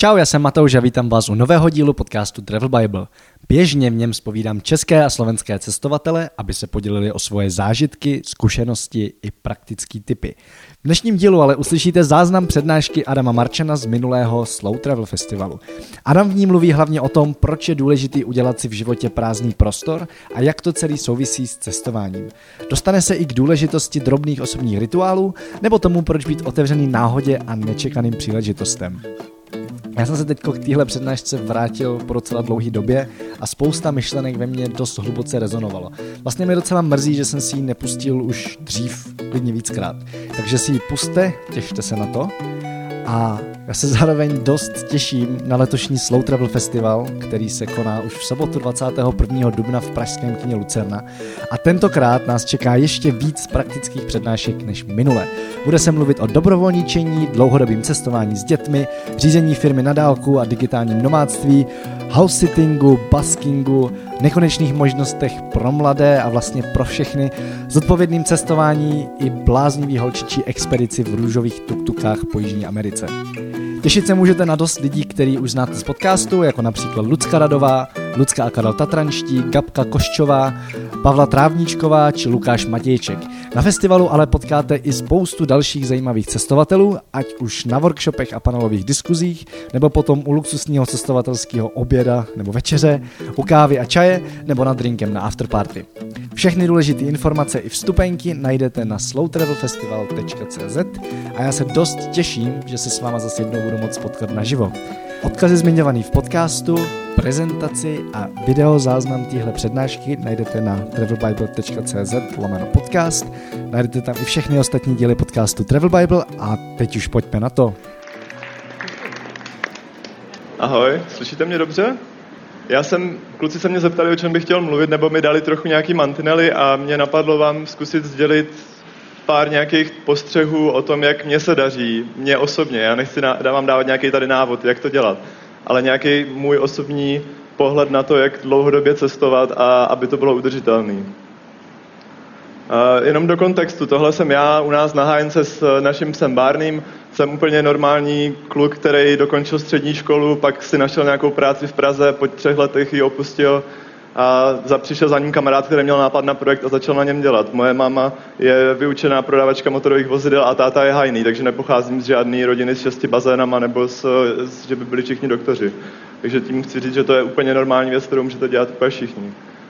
Čau, já jsem Matouš a vítám vás u nového dílu podcastu Travel Bible. Běžně v něm zpovídám české a slovenské cestovatele, aby se podělili o svoje zážitky, zkušenosti i praktické tipy. V dnešním dílu ale uslyšíte záznam přednášky Adama Marčana z minulého Slow Travel Festivalu. Adam v ní mluví hlavně o tom, proč je důležitý udělat si v životě prázdný prostor a jak to celý souvisí s cestováním. Dostane se i k důležitosti drobných osobních rituálů nebo tomu, proč být otevřený náhodě a nečekaným příležitostem. Já jsem se teď k téhle přednášce vrátil po docela dlouhé době a spousta myšlenek ve mně dost hluboce rezonovalo. Vlastně mě docela mrzí, že jsem si ji nepustil už dřív, klidně víckrát. Takže si ji puste, těšte se na to. A já se zároveň dost těším na letošní Slow Travel Festival, který se koná už v sobotu 21. dubna v pražském kině Lucerna. A tentokrát nás čeká ještě víc praktických přednášek než minule. Bude se mluvit o dobrovolničení, dlouhodobým cestování s dětmi, řízení firmy na dálku a digitálním nomádství, house-sittingu, buskingu, nekonečných možnostech pro mladé a vlastně pro všechny, zodpovědným cestování i bláznivý holčičí expedici v růžových tuktukách po Jižní Americe. Těšit se můžete na dost lidí, který už znáte z podcastu, jako například Lucka Radová, Lucka a Karel Tatranští, Gabka Koščová, Pavla Trávníčková či Lukáš Matějček. Na festivalu ale potkáte i spoustu dalších zajímavých cestovatelů, ať už na workshopech a panelových diskuzích, nebo potom u luxusního cestovatelského oběda nebo večeře, u kávy a čaje, nebo nad drinkem na afterparty. Všechny důležité informace i vstupenky najdete na slowtravelfestival.cz a já se dost těším, že se s váma zase jednou budu moct potkat naživo. Odkazy zmiňovaný v podcastu, prezentaci a videozáznam téhle přednášky najdete na travelbible.cz/podcast. Najdete tam i všechny ostatní díly podcastu Travel Bible a teď už pojďme na to. Ahoj, slyšíte mě dobře? Kluci se mě zeptali, o čem bych chtěl mluvit, nebo mi dali trochu nějaký mantinely a mě napadlo vám zkusit sdělit pár nějakých postřehů o tom, jak mně se daří, mně osobně. Já nechci vám dávat nějaký tady návod, jak to dělat, ale nějaký můj osobní pohled na to, jak dlouhodobě cestovat a aby to bylo udržitelné. Jenom do kontextu, tohle jsem já u nás na Hájence s naším psem Barneym. Jsem úplně normální kluk, který dokončil střední školu, pak si našel nějakou práci v Praze, po 3 letech ji opustil a přišel za ním kamarád, který měl nápad na projekt a začal na něm dělat. Moje máma je vyučená prodavačka motorových vozidel a táta je hajný, takže nepocházím z žádné rodiny s 6 bazénama nebo že by byli všichni doktoři. Takže tím chci říct, že to je úplně normální věc, kterou můžete dělat úplně všichni.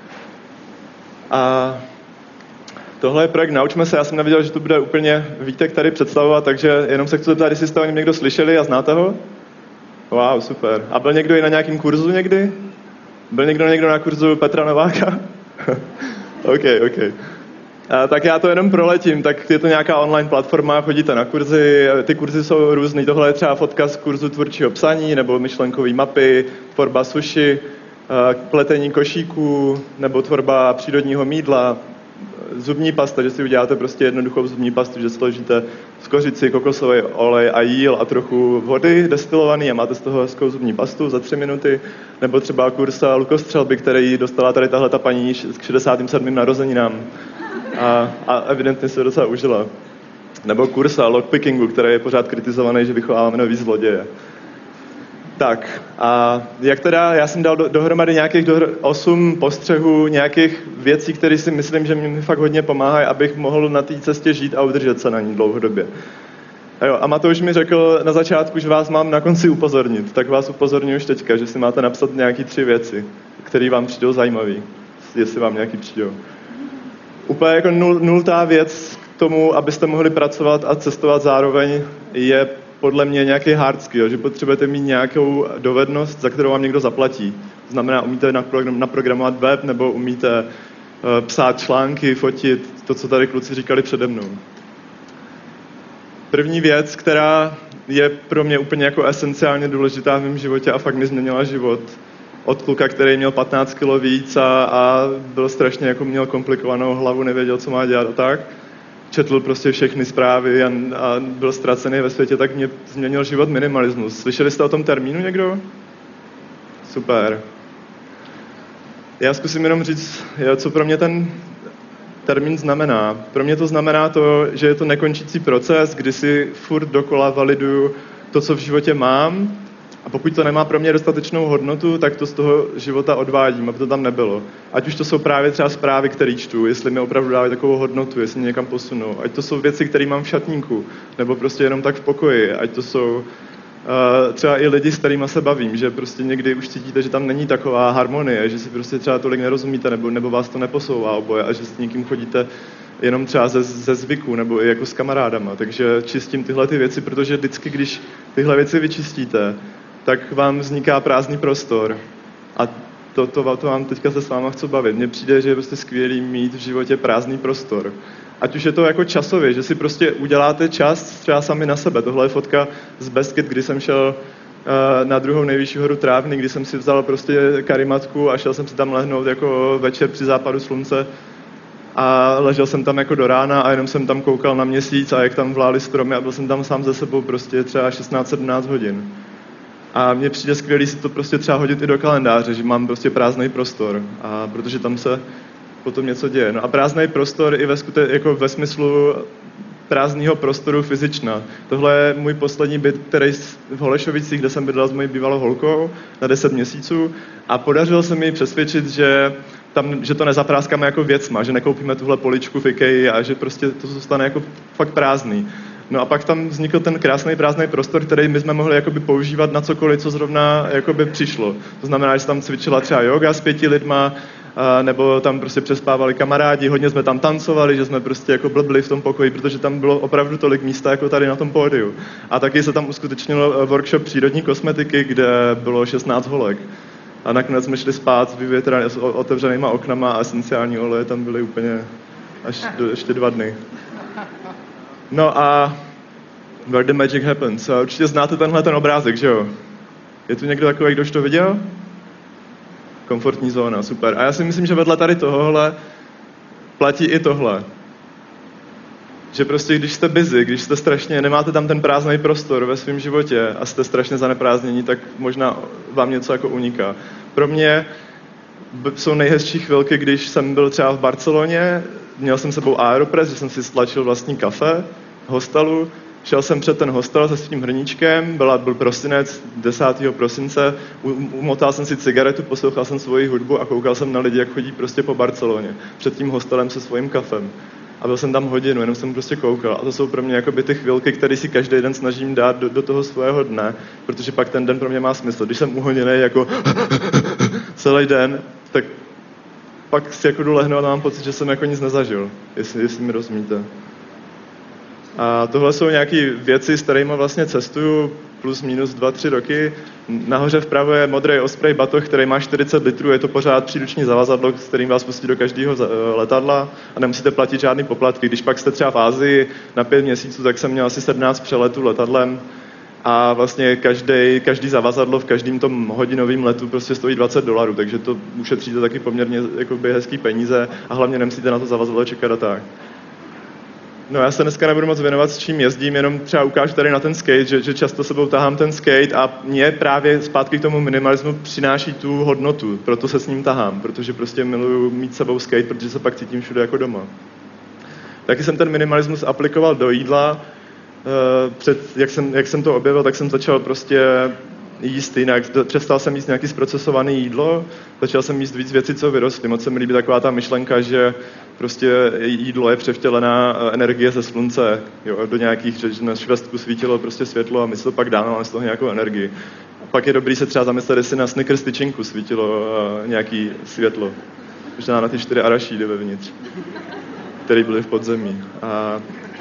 A tohle je projekt Naučme se, já jsem nevěděl, že to bude úplně Vítek tady představovat, takže jenom se chci zeptat, jestli jste o něm někdo slyšeli a znáte ho? Wow, super. A byl někdo i na nějakém kurzu někdy? Byl někdo na kurzu Petra Nováka? OK. Tak já to jenom proletím, tak je to nějaká online platforma, chodíte na kurzy, ty kurzy jsou různý, tohle je třeba fotka z kurzu tvůrčího psaní, nebo myšlenkový mapy, tvorba sushi, pletení košíků, nebo tvorba přírodního mýdla, zubní pasta, že si uděláte prostě jednoduchou zubní pastu, že složíte z kořici, kokosový olej a jíl a trochu vody destilovaný a máte z toho hezkou zubní pastu za 3 minuty, nebo třeba kurz lukostřelby, který dostala tady tahleta paní k 67. narozeninám a evidentně se docela užila. Nebo kurz lockpickingu, který je pořád kritizovaný, že vychováváme nový zloděje. Tak, a jak teda, já jsem dal dohromady nějakých 8 postřehů, nějakých věcí, které si myslím, že mi fakt hodně pomáhají, abych mohl na té cestě žít a udržet se na ní dlouhodobě. A Matouš mi řekl na začátku, že vás mám na konci upozornit, tak vás upozorňuji už teďka, že si máte napsat nějaké 3 věci, které vám přijdou zajímavé, jestli vám nějaký přijdou. Úplně jako nultá věc k tomu, abyste mohli pracovat a cestovat zároveň, je podle mě nějaký hard skill, že potřebujete mít nějakou dovednost, za kterou vám někdo zaplatí. To znamená, umíte naprogramovat web, nebo umíte psát články, fotit, to, co tady kluci říkali přede mnou. První věc, která je pro mě úplně jako esenciálně důležitá v mém životě a fakt mi změnila život. Od kluka, který měl 15 kilo víc a byl strašně, jako měl komplikovanou hlavu, nevěděl, co má dělat a tak. Četl prostě všechny zprávy a byl ztracený ve světě, tak mě změnil život minimalismus. Slyšeli jste o tom termínu někdo? Super. Já zkusím jenom říct, co pro mě ten termín znamená. Pro mě to znamená to, že je to nekončící proces, kdy si furt dokola validuju to, co v životě mám a pokud to nemá pro mě dostatečnou hodnotu, tak to z toho života odvádím, aby to tam nebylo. Ať už to jsou právě třeba zprávy, které čtu, jestli mi opravdu dávají takovou hodnotu, jestli mě někam posunou. Ať to jsou věci, které mám v šatníku, nebo prostě jenom tak v pokoji. Ať to jsou třeba i lidi, s kterými se bavím, že prostě někdy už cítíte, že tam není taková harmonie, že si prostě třeba tolik nerozumíte, nebo vás to neposouvá oboje a že s někým chodíte jenom třeba ze zvyku, nebo i jako s kamarádama. Takže čistím tyhle ty věci, protože vždycky, když tyhle věci vyčistíte, tak vám vzniká prázdný prostor. A to vám teďka se s váma chci bavit. Mně přijde, že je prostě skvělý mít v životě prázdný prostor. Ať už je to jako časově, že si prostě uděláte čas třeba sami na sebe. Tohle je fotka z Beskyd, kdy jsem šel na druhou nejvyšší horu Trávny, kdy jsem si vzal prostě karimatku a šel jsem si tam lehnout jako večer při západu slunce. A ležel jsem tam jako do rána a jenom jsem tam koukal na měsíc a jak tam vlály stromy a byl jsem tam sám ze sebou prostě třeba 16-17 hodin. A mně přijde skvělý si to prostě třeba hodit i do kalendáře, že mám prostě prázdný prostor, a protože tam se potom něco děje. No a prázdný prostor i jako ve smyslu prázdného prostoru fyzična. Tohle je můj poslední byt, který v Holešovicích, kde jsem bydlel s mojí bývalou holkou na 10 měsíců a podařilo se mi přesvědčit, že to nezapráskame jako věcma, že nekoupíme tuhle poličku v IKEA a že prostě to zůstane jako fakt prázdný. No a pak tam vznikl ten krásný prázdný prostor, který my jsme mohli jakoby používat na cokoliv, co zrovna jakoby přišlo. To znamená, že tam cvičila třeba yoga s 5 lidma, nebo tam prostě přespávali kamarádi, hodně jsme tam tancovali, že jsme prostě jako blbli v tom pokoji, protože tam bylo opravdu tolik místa jako tady na tom pódiu. A taky se tam uskutečnil workshop přírodní kosmetiky, kde bylo 16 holek. A nakonec jsme šli spát s otevřenýma oknama a esenciální oleje tam byly úplně až ještě 2 dny. No a Where the Magic Happens. A určitě znáte ten obrázek, že jo? Je tu někdo takový, kdo už to viděl? Komfortní zóna, super. A já si myslím, že vedle tady tohohle platí i tohle. Že prostě když jste busy, když jste strašně, nemáte tam ten prázdný prostor ve svém životě a jste strašně zaneprázdnění, tak možná vám něco jako uniká. Pro mě jsou nejhezčí chvilky, když jsem byl třeba v Barceloně, měl jsem sebou Aeropress, že jsem si stlačil vlastní kafe v hostelu, šel jsem před ten hostel se svým hrníčkem, byl prosinec, 10. prosince, umotal jsem si cigaretu, poslouchal jsem svoji hudbu a koukal jsem na lidi, jak chodí prostě po Barceloně, před tím hostelem se svým kafem. A byl jsem tam hodinu, jenom jsem prostě koukal. A to jsou pro mě jakoby ty chvilky, které si každý den snažím dát do toho svého dne, protože pak ten den pro mě má smysl. Když jsem uhoněný jako celý den, tak pak si jako jdu lehnout a mám pocit, že jsem jako nic nezažil, jestli mi rozumíte. A tohle jsou nějaké věci, s kterými vlastně cestuju plus minus 2-3 roky. Nahoře vpravo je modrý Osprey batoh, který má 40 litrů, je to pořád příruční zavazadlo, s kterým vás pustí do každého letadla a nemusíte platit žádný poplatky. Když pak jste třeba v Asii na 5 měsíců, tak jsem měl asi 17 přeletů letadlem a vlastně každý zavazadlo v každém tom hodinovém letu prostě stojí $20, takže to ušetříte taky poměrně jakoby hezký peníze a hlavně nemusíte na to zavazadlo čekat a tak. No já se dneska nebudu moc věnovat, s čím jezdím, jenom třeba ukážu tady na ten skate, že často sebou tahám ten skate a mě právě zpátky k tomu minimalismu přináší tu hodnotu, proto se s ním tahám, protože prostě miluju mít sebou skate, protože se pak cítím všude jako doma. Taky jsem ten minimalismus aplikoval do jídla, jak jsem to objevil, tak jsem začal prostě jíst jinak. Přestal jsem jíst nějaký zprocesované jídlo, začal jsem jíst víc věcí, co vyrostly. Moc se mi líbí taková ta myšlenka, že prostě jídlo je převtělená energie ze slunce, jo, do nějakých, že na švestku svítilo prostě světlo a my se to pak dáme, máme z toho nějakou energii. A pak je dobrý se třeba zamyslet, jestli na Snickers tyčinku svítilo nějaký světlo. Možná na ty 4 arašídy vevnitř, které byly v podzemí. A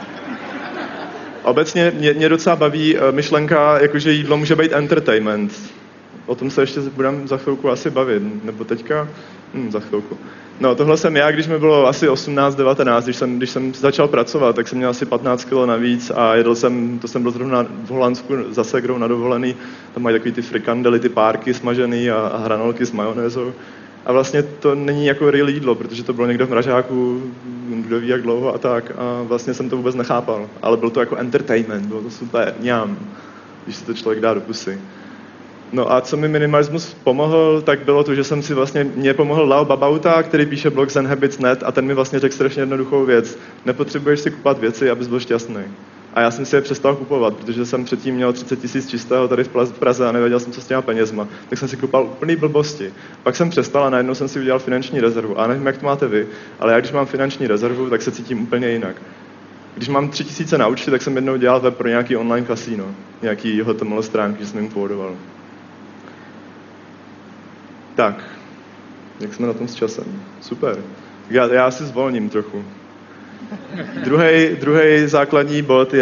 obecně mě docela baví myšlenka, jakože jídlo může být entertainment. O tom se ještě budeme za chvilku asi bavit, nebo teďka? Za chvilku. No tohle jsem já, když mi bylo asi 18-19, když jsem začal pracovat, tak jsem měl asi 15 kg navíc a to jsem byl zrovna v Holandsku za ségrou na dovolený. Tam mají takový ty frikandely, ty párky smažený a hranolky s majonézou. A vlastně to není jako real jídlo, protože to bylo někdo v mražáku, kdo ví jak dlouho a tak. A vlastně jsem to vůbec nechápal. Ale bylo to jako entertainment, bylo to super, mňam, když si to člověk dá do pusy. No a co mi minimalismus pomohl, tak bylo to, že mě pomohl Leo Babauta, který píše blog Zen Habits.net a ten mi vlastně řekl strašně jednoduchou věc. Nepotřebuješ si kupovat věci, abys byl šťastný. A já jsem si je přestal kupovat, protože jsem předtím měl 30 000 čistého tady v Praze a nevěděl jsem, co s těma penězma. Tak jsem si kupoval úplný blbosti. Pak jsem přestal a najednou jsem si udělal finanční rezervu. A nevím, jak to máte vy, ale já když mám finanční rezervu, tak se cítím úplně jinak. Když mám 3 000 na účtu, tak jsem jednou dělal web pro nějaký online kasino. Nějaký HTML stránky, že jsem jim kódoval. Tak, jak jsme na tom s časem? Super. Já si zvolním trochu. Druhý základní bod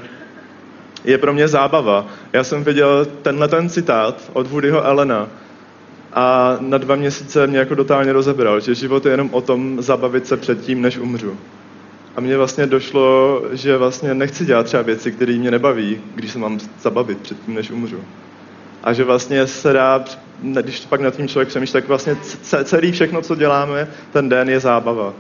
je pro mě zábava. Já jsem viděl ten citát od Woodyho Allena a na 2 měsíce mě jako totálně rozebral, že život je jenom o tom zabavit se předtím, než umřu. A mně vlastně došlo, že vlastně nechci dělat třeba věci, které mě nebaví, když se mám zabavit předtím, než umřu. A že vlastně se dá, když pak nad tím člověk přemýšlí, tak vlastně celý všechno, co děláme, ten den je zábava.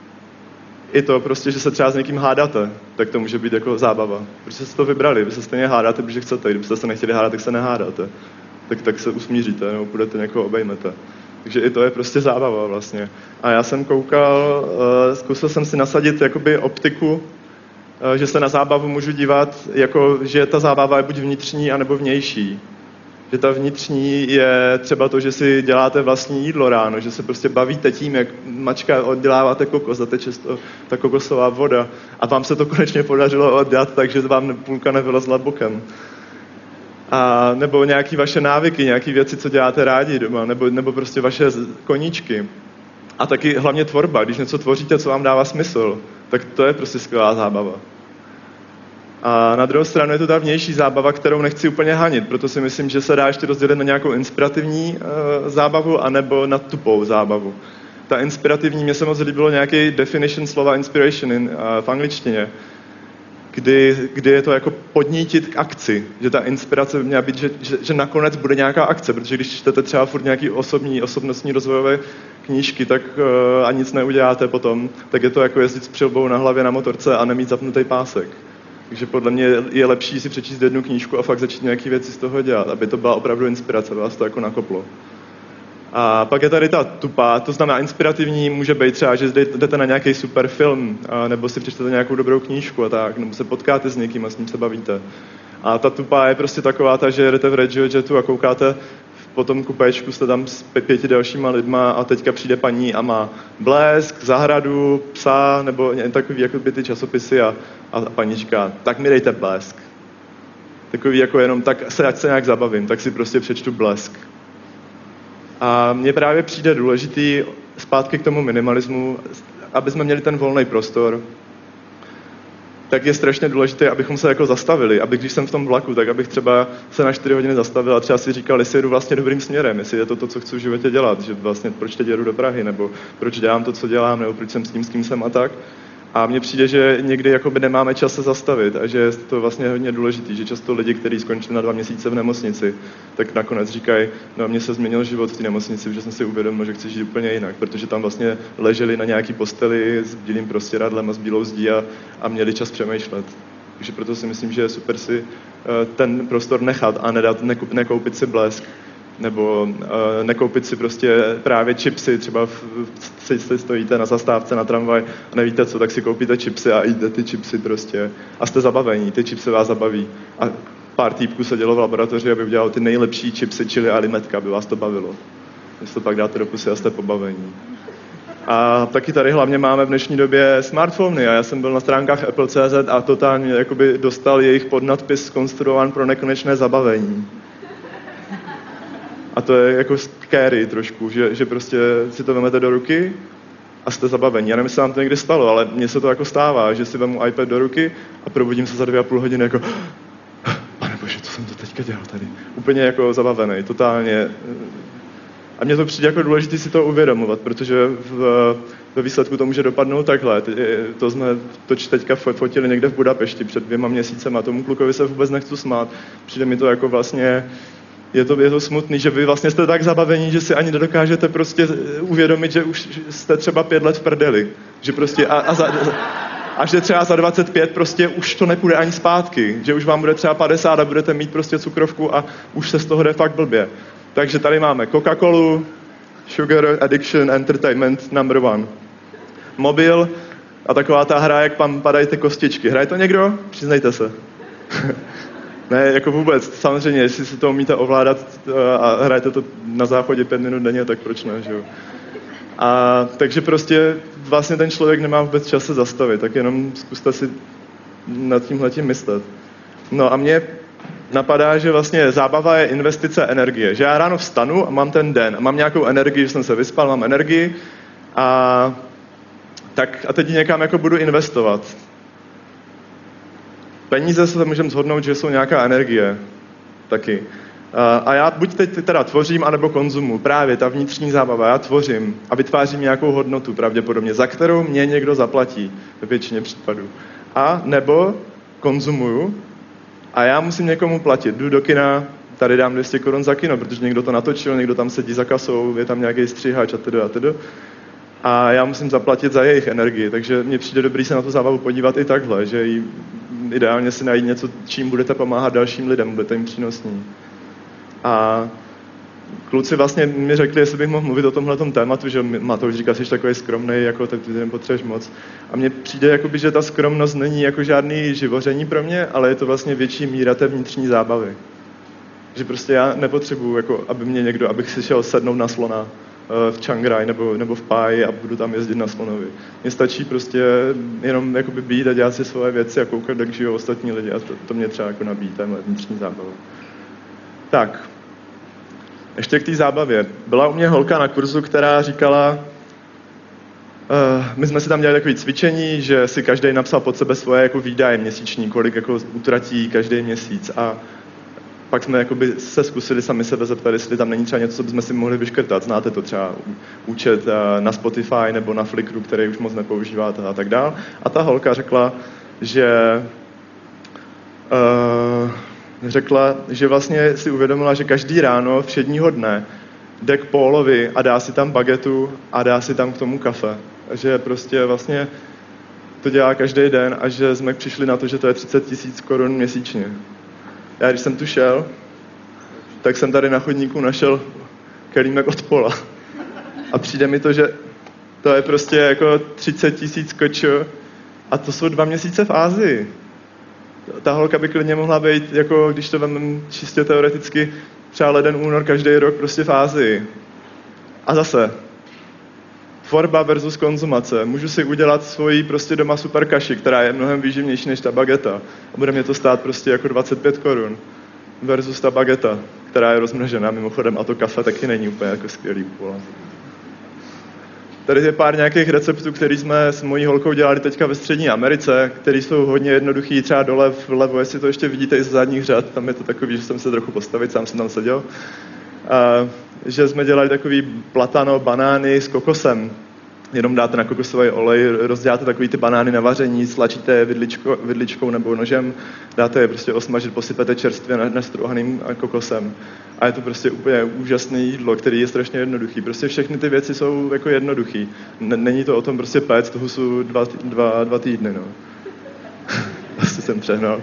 I to prostě, že se třeba s někým hádáte, tak to může být jako zábava. Protože jste to vybrali, vy se stejně hádáte, protože chcete, kdybyste se nechtěli hádat, tak se nehádáte. Tak se usmíříte, nebo půjdete někoho obejmete. Takže i to je prostě zábava vlastně. A já jsem koukal, zkusil jsem si nasadit jakoby optiku, že se na zábavu můžu dívat, jako, že ta zábava je buď vnitřní, anebo vnější. Že ta vnitřní je třeba to, že si děláte vlastní jídlo ráno, že se prostě bavíte tím, jak mačka odděláváte kokos a teče ta kokosová voda a vám se to konečně podařilo oddělat, takže vám půlka nevylezla bokem. A nebo nějaký vaše návyky, nějaké věci, co děláte rádi doma, nebo prostě vaše koníčky. A taky hlavně tvorba, když něco tvoříte, co vám dává smysl, tak to je prostě skvělá zábava. A na druhou stranu je to ta vnější zábava, kterou nechci úplně hanit, proto si myslím, že se dá ještě rozdělit na nějakou inspirativní zábavu anebo na tupou zábavu. Ta inspirativní, mně se moc líbilo nějaký definition slova inspiration v angličtině, kdy je to jako podnítit k akci, že ta inspirace by měla být, že nakonec bude nějaká akce, protože když čtete třeba furt nějaký osobnostní rozvojové knížky, tak a nic neuděláte potom, tak je to jako jezdit s přilbou na hlavě na motorce a nemít zapnutý pásek. Takže podle mě je lepší si přečíst jednu knížku a fakt začít nějaké věci z toho dělat, aby to byla opravdu inspirace, aby vás to jako nakoplo. A pak je tady ta tupá, to znamená inspirativní může být třeba, že jdete na nějaký super film, nebo si přečtete nějakou dobrou knížku a tak, nebo se potkáte s někým a s ním se bavíte. A ta tupá je prostě taková ta, že jedete v RegioJetu a koukáte po tom kupéčku, jste tam s 5 dalšíma lidma a teďka přijde paní a má Blesk, Zahradu, Psa, nebo takový jako by ty časopisy a paní říká, tak mi dejte Blesk. Takový jako jenom, tak ať se nějak zabavím, tak si prostě přečtu Blesk. A mně právě přijde důležitý zpátky k tomu minimalismu, aby jsme měli ten volný prostor, tak je strašně důležité, abychom se jako zastavili, aby když jsem v tom vlaku, tak abych třeba se na 4 hodiny zastavil a třeba si říkal, jestli jedu vlastně dobrým směrem, jestli je to, co chci v životě dělat, že vlastně proč teď jedu do Prahy, nebo proč dělám to, co dělám, nebo proč jsem s kým jsem a tak. A mně přijde, že někdy jakoby nemáme čas se zastavit a že je to vlastně hodně důležitý, že často lidi, kteří skončili na 2 měsíce v nemocnici, tak nakonec říkají, no mně se změnil život v té nemocnici, že jsem si uvědomil, že chci žít úplně jinak, protože tam vlastně leželi na nějaký posteli s bílým prostěradlem a s bílou zdí a měli čas přemýšlet. Takže proto si myslím, že je super si ten prostor nechat a nekoupit si Blesk. Nebo nekoupit si prostě právě chipsy, třeba stojíte na zastávce na tramvaj a nevíte co, tak si koupíte chipsy a jíte ty chipsy prostě a jste zabavení, ty chipsy vás zabaví. A pár týpků sedělo v laboratoři, aby udělal ty nejlepší chipsy, chili a limetka, aby vás to bavilo. Když to pak dáte do pusy a jste pobavení. A taky tady hlavně máme v dnešní době smartfony a já jsem byl na stránkách Apple.cz a totálně jakoby dostal jejich podnadpis zkonstruovan pro nekonečné zabavení. A to je jako scary trošku, že prostě si to vezmete do ruky a jste zabavení. Já nevím, jestli vám to někdy stalo, ale mně se to jako stává, že si vezmu iPad do ruky a probudím se za 2,5 hodiny jako pane bože, co jsem to teďka dělal tady? Úplně jako zabavený, totálně. A mně to přijde jako důležité si to uvědomovat, protože ve výsledku to může dopadnout takhle. To jsme teďka fotili někde v Budapešti před 2 měsíci a tomu klukovi se vůbec nechci smát. Přijde mi to jako vlastně je to smutný, že vy vlastně jste tak zabavení, že si ani nedokážete prostě uvědomit, že už jste třeba 5 let v prdeli. Že prostě a že třeba za 25 prostě už to nepůjde ani zpátky. Že už vám bude třeba 50 a budete mít prostě cukrovku a už se z toho jde fakt blbě. Takže tady máme Coca-Colu, Sugar Addiction Entertainment number 1. Mobil, A taková ta hra, jak tam padají ty kostičky. Hraje to někdo? Přiznejte se. Ne, jako vůbec. Samozřejmě, jestli si to umíte ovládat a hrajete to na záchodě 5 minut denně, tak proč ne, že jo? A takže prostě vlastně ten člověk nemá vůbec čas se zastavit, tak jenom zkuste si nad tímhletím myslet. No a mě napadá, že vlastně zábava je investice energie. Že já ráno vstanu a mám ten den a mám nějakou energii, že jsem se vyspal, mám energii a teď někam jako budu investovat. Peníze se můžeme shodnout, že jsou nějaká energie taky. A já buď teď teda tvořím, anebo konzumuji. Právě ta vnitřní zábava, já tvořím a vytvářím nějakou hodnotu pravděpodobně, za kterou mě někdo zaplatí ve většině případů. A nebo konzumuju a já musím někomu platit. Jdu do kina, tady dám 200 korun za kino, protože někdo to natočil, někdo tam sedí za kasou, je tam nějaký střihač a tedy. A já musím zaplatit za jejich energii, takže mně přijde dobrý se na tu zábavu podívat i takhle, že ideálně si najít něco, čím budete pomáhat dalším lidem, budete jim přínosní. A kluci vlastně mi řekli, jestli bych mohl mluvit o tomhletom tématu, že Matouš říká, jsi takový skromnej, jako tak ty nepotřebuješ moc. A mně přijde, jakoby, že ta skromnost není jako žádný živoření pro mě, ale je to vlastně větší míra té vnitřní zábavy. Že prostě já nepotřebuju, jako, aby mě někdo, abych si šel sednout na slona v Chiang Rai nebo v Páji a budu tam jezdit na slonovi. Mně stačí prostě jenom jakoby být a dělat si svoje věci a koukat, jak žijou ostatní lidi a to mě třeba jako nabíjí, téhle vnitřní zábava. Tak, ještě k té zábavě. Byla u mě holka na kurzu, která říkala, my jsme si tam dělali takové cvičení, že si každý napsal pod sebe svoje jako výdaje měsíční, kolik jako utratí každý měsíc a pak jsme jakoby se zkusili sami sebe zeptat, jestli tam není třeba něco, co bychom si mohli vyškrtat. Znáte to třeba účet na Spotify nebo na Flickru, který už moc nepoužíváte a tak dál. A ta holka řekla, že vlastně si uvědomila, že každý ráno všedního dne jde k Paulovi a dá si tam bagetu a dá si tam k tomu kafe. Že prostě vlastně to dělá každý den a že jsme přišli na to, že to je 30 000 korun měsíčně. Já když jsem tu šel, tak jsem tady na chodníku našel kelímek od Paula. A přijde mi to, že to je prostě jako 30 000 kočo a to jsou 2 měsíce v Asii. Ta holka by klidně mohla být, jako když to vezmeme čistě teoreticky, třeba leden, únor, každý rok prostě v Asii. A zase, tvorba versus konzumace. Můžu si udělat svoji prostě doma super kaši, která je mnohem výživnější než ta bageta. A bude mě to stát prostě jako 25 korun. Versus ta bageta, která je rozmražená mimochodem a to kafe taky není úplně jako skvělý úpol. Tady je pár nějakých receptů, které jsme s mojí holkou dělali teďka ve Střední Americe, které jsou hodně jednoduchý, třeba dole vlevo, jestli to ještě vidíte i z zadních řad, tam je to takový, že jsem se trochu postavit, sám jsem tam seděl. Že jsme dělali takový platano, banány s kokosem. Jenom dáte na kokosový olej, rozděláte takový ty banány na vaření, stlačíte je vidličkou nebo nožem, dáte je prostě osmažit, posypete čerstvě nastrouhaným kokosem. A je to prostě úplně úžasné jídlo, které je strašně jednoduchý. Prostě všechny ty věci jsou jako jednoduchý. Není to o tom prostě péct husu 2 týdny, no. Asi jsem přehnal.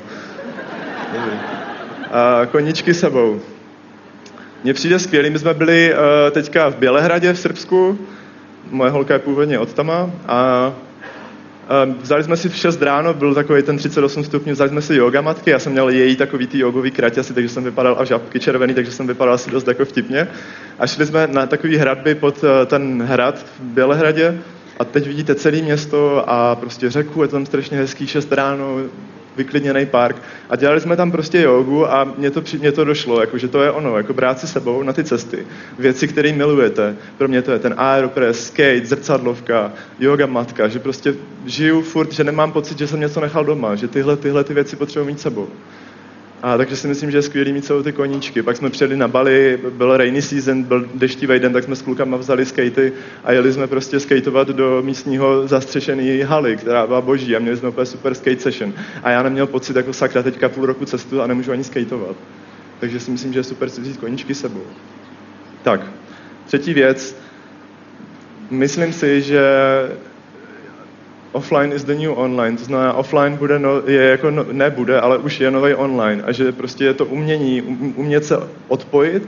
A koníčky sebou. Mně přijde skvělý, my jsme byli teďka v Bělehradě v Srbsku, moje holka je původně od tama a vzali jsme si v 6 ráno, byl takový ten 38 stupňů, vzali jsme si yoga matky, já jsem měl její takový ty jogový kraťasy, takže jsem vypadal a žabky červený, takže jsem vypadal asi dost jako vtipně. A šli jsme na takový hradby pod ten hrad v Bělehradě a teď vidíte celé město a prostě řeku, je tam strašně hezký 6 ráno, vyklidněný park a dělali jsme tam prostě jogu a mně to došlo, jako, že to je ono, jako brát si sebou na ty cesty, věci, které milujete. Pro mě to je ten aeropress, skate, zrcadlovka, yoga matka, že prostě žiju furt, že nemám pocit, že jsem něco nechal doma, že tyhle ty věci potřebuji mít sebou. A takže si myslím, že je skvělý mít celou ty koníčky. Pak jsme přijeli na Bali, byl rainy season, byl deštivý den, tak jsme s klukama vzali skatey a jeli jsme prostě skateovat do místního zastřešené haly, která byla boží a měli jsme úplně super skate session. A já neměl pocit, jako sakra, teďka půl roku cestu a nemůžu ani skateovat. Takže si myslím, že je super si vzít koníčky sebou. Tak, třetí věc. Myslím si, že offline is the new online, to znamená offline nebude, ale už je nový online a že prostě je to umění, umět se odpojit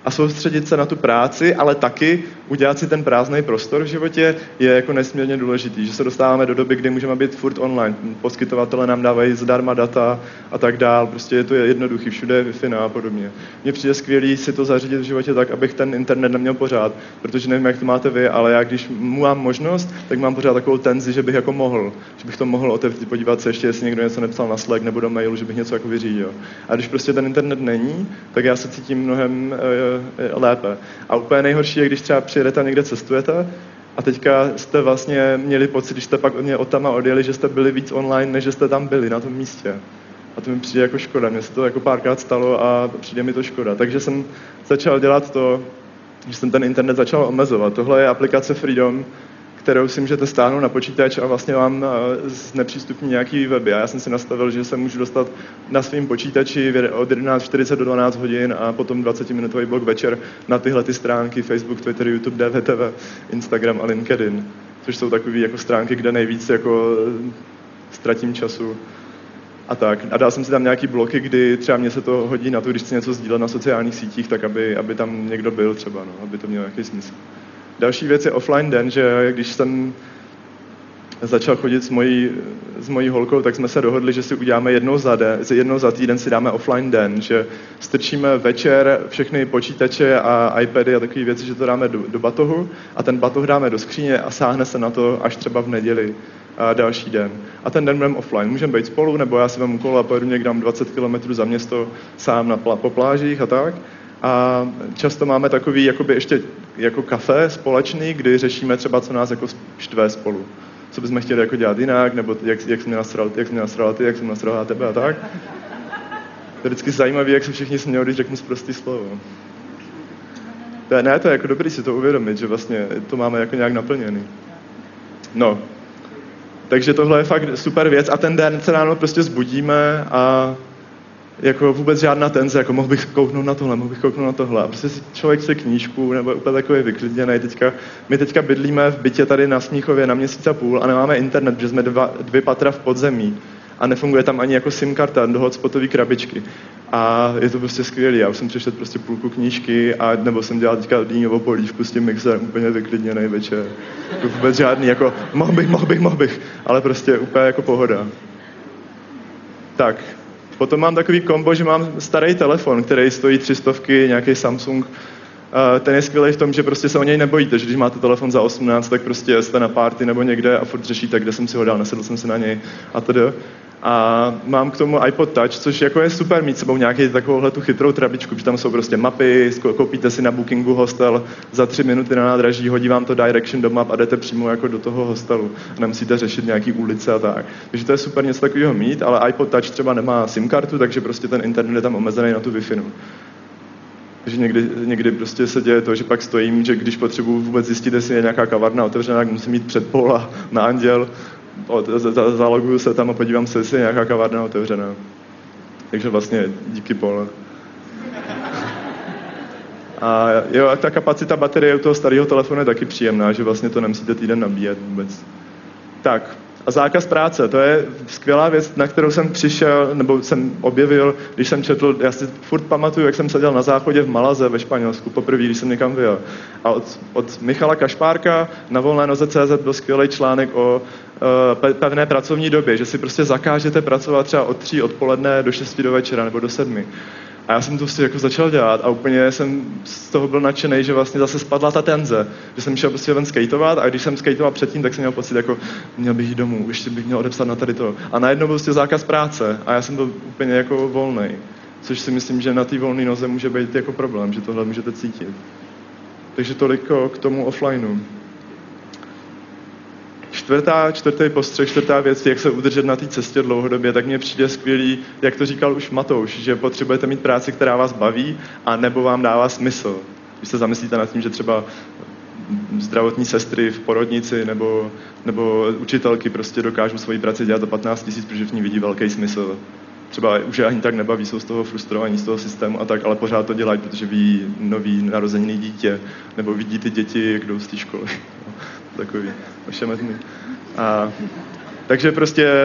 a soustředit se na tu práci, ale taky udělat si ten prázdný prostor v životě je jako nesmírně důležitý, že se dostáváme do doby, kdy můžeme být furt online. Poskytovatelé nám dávají zdarma data a tak dál, prostě je to jednoduchý, všude je Wi-Fi a podobně. Mně přijde skvělý si to zařídit v životě tak, abych ten internet neměl pořád, protože nevím, jak to máte vy, ale já když mám možnost, tak mám pořád takovou tenzi, že bych jako mohl, že bych to mohl otevřít, podívat se ještě, jestli někdo něco nepsal na Slack nebo do mailu, že bych něco jako vyřídil. A když prostě ten internet není, tak já se cítím mnohem lépe. A úplně nejhorší je, když třeba přijedete a někde cestujete a teďka jste vlastně měli pocit, když jste pak od tam odjeli, že jste byli víc online, než že jste tam byli na tom místě. A to mi přijde jako škoda. Mně se to jako párkrát stalo a přijde mi to škoda. Takže jsem začal dělat to, že jsem ten internet začal omezovat. Tohle je aplikace Freedom, kterou si můžete stáhnout na počítač a vlastně vám znepřístupní nějaký weby. A já jsem si nastavil, že se můžu dostat na svém počítači od 11:40 do 12 hodin a potom 20-minutový blok večer na tyhle ty stránky Facebook, Twitter, YouTube, DVTV, Instagram a LinkedIn, což jsou takové jako stránky, kde nejvíc jako ztratím času. A tak. A dal jsem si tam nějaký bloky, kdy třeba mě se to hodí na to, když chci něco sdílet na sociálních sítích, tak aby tam někdo byl třeba, no, aby to mělo nějaký smysl. Další věc je offline den, že když jsem začal chodit s mojí holkou, tak jsme se dohodli, že si uděláme jednou za týden si dáme offline den, že strčíme večer všechny počítače a iPady a takové věci, že to dáme do batohu a ten batoh dáme do skříně a sáhne se na to až třeba v neděli a další den. A ten den budeme offline. Můžeme být spolu, nebo já si vemu kolo a pojedu někde 20 km za město sám po plážích a tak. A často máme takový jakoby ještě jako kafe společný, kdy řešíme třeba, co nás jako štve spolu. Co bychom chtěli jako dělat jinak, nebo jak jsi mě nasral ty, jak jsem nasral tebe a tak. To je vždycky zajímavé, jak se všichni smějou, když řeknu prostý slovo. To je jako dobrý si to uvědomit, že vlastně to máme jako nějak naplněný. No. Takže tohle je fakt super věc a ten den se ráno prostě zbudíme a jako vůbec žádná tenze, jako mohl bych kouknout na tohle. A prostě si člověk chce knížku, nebo úplně takový vyklidněný. My teďka bydlíme v bytě tady na Smíchově na měsíc a půl a nemáme internet, protože jsme dvě patra v podzemí a nefunguje tam ani jako SIM karta do hotspotové krabičky. A je to prostě skvělý. Já už jsem přečetl prostě půlku knížky a nebo jsem dělal teďka dýňovou polívku s tím mixerem, úplně vyklidněný večer. Jako vůbec žádný, jako mohl bych, ale prostě úplně jako pohoda. Tak. Potom mám takový kombo, že mám starý telefon, který stojí 300, nějaký Samsung. Ten je skvělý v tom, že prostě se o něj nebojíte, že když máte telefon za 18, tak prostě jste na party nebo někde a furt řešíte, kde jsem si ho dal, nasedl jsem si na něj a tedy. A mám k tomu iPod Touch, což jako je super mít sebou nějaký takovouhle tu chytrou trabičku, že tam jsou prostě mapy, koupíte si na Bookingu hostel za 3 minuty na nádraží, hodí vám to direction do map a jdete přímo jako do toho hostelu. A nemusíte řešit nějaký ulice a tak. Takže to je super něco takového mít, ale iPod Touch třeba nemá SIM kartu, takže prostě ten internet je tam omezený na tu Wi-Fi. Takže někdy prostě se děje to, že pak stojím, že když potřebuji vůbec zjistit, jestli je nějaká kavárna otevřená, tak musím jít před pól a na Anděl. Zaloguju se tam a podívám se, jestli je nějaká kavárna otevřená. Takže vlastně díky Pole. A jo, a ta kapacita baterie u toho starého telefonu je taky příjemná, že vlastně to nemusíte týden nabíjet vůbec. Tak, a zákaz práce, to je skvělá věc, na kterou jsem přišel, nebo jsem objevil, když jsem četl, já si furt pamatuju, jak jsem seděl na záchodě v Malaze ve Španělsku, poprvé, když jsem někam vyjel. A od Michala Kašpárka na volnénoze.cz byl skvělý článek o pevné pracovní době, že si prostě zakážete pracovat třeba od 3 odpoledne do 6 do večera nebo do 7. A já jsem to prostě jako začal dělat a úplně jsem z toho byl nadšený, že vlastně zase spadla ta tenze, že jsem šel prostě ven skateovat a když jsem skateoval předtím, tak jsem měl pocit jako měl bych jít domů, ještě bych měl odepsat na tady to. A najednou byl prostě zákaz práce a já jsem byl úplně jako volnej, což si myslím, že na té volné noze může být jako problém, že tohle můžete cítit. Takže toliko k tomu offlineu. Čtvrtý postřeh, čtvrtá věc, jak se udržet na té cestě dlouhodobě, tak mně přijde skvělý, jak to říkal už Matouš, že potřebujete mít práci, která vás baví a nebo vám dává smysl. Když se zamyslíte nad tím, že třeba zdravotní sestry v porodnici nebo učitelky prostě dokážou svoji práci dělat za 15 000, protože v ní vidí velký smysl. Třeba už je ani tak nebaví, jsou z toho frustrovaní, z toho systému a tak, ale pořád to dělají, protože ví nový narozený dítě, nebo vidí ty děti, jak jdou z té školy. Takový ošemetný. Takže prostě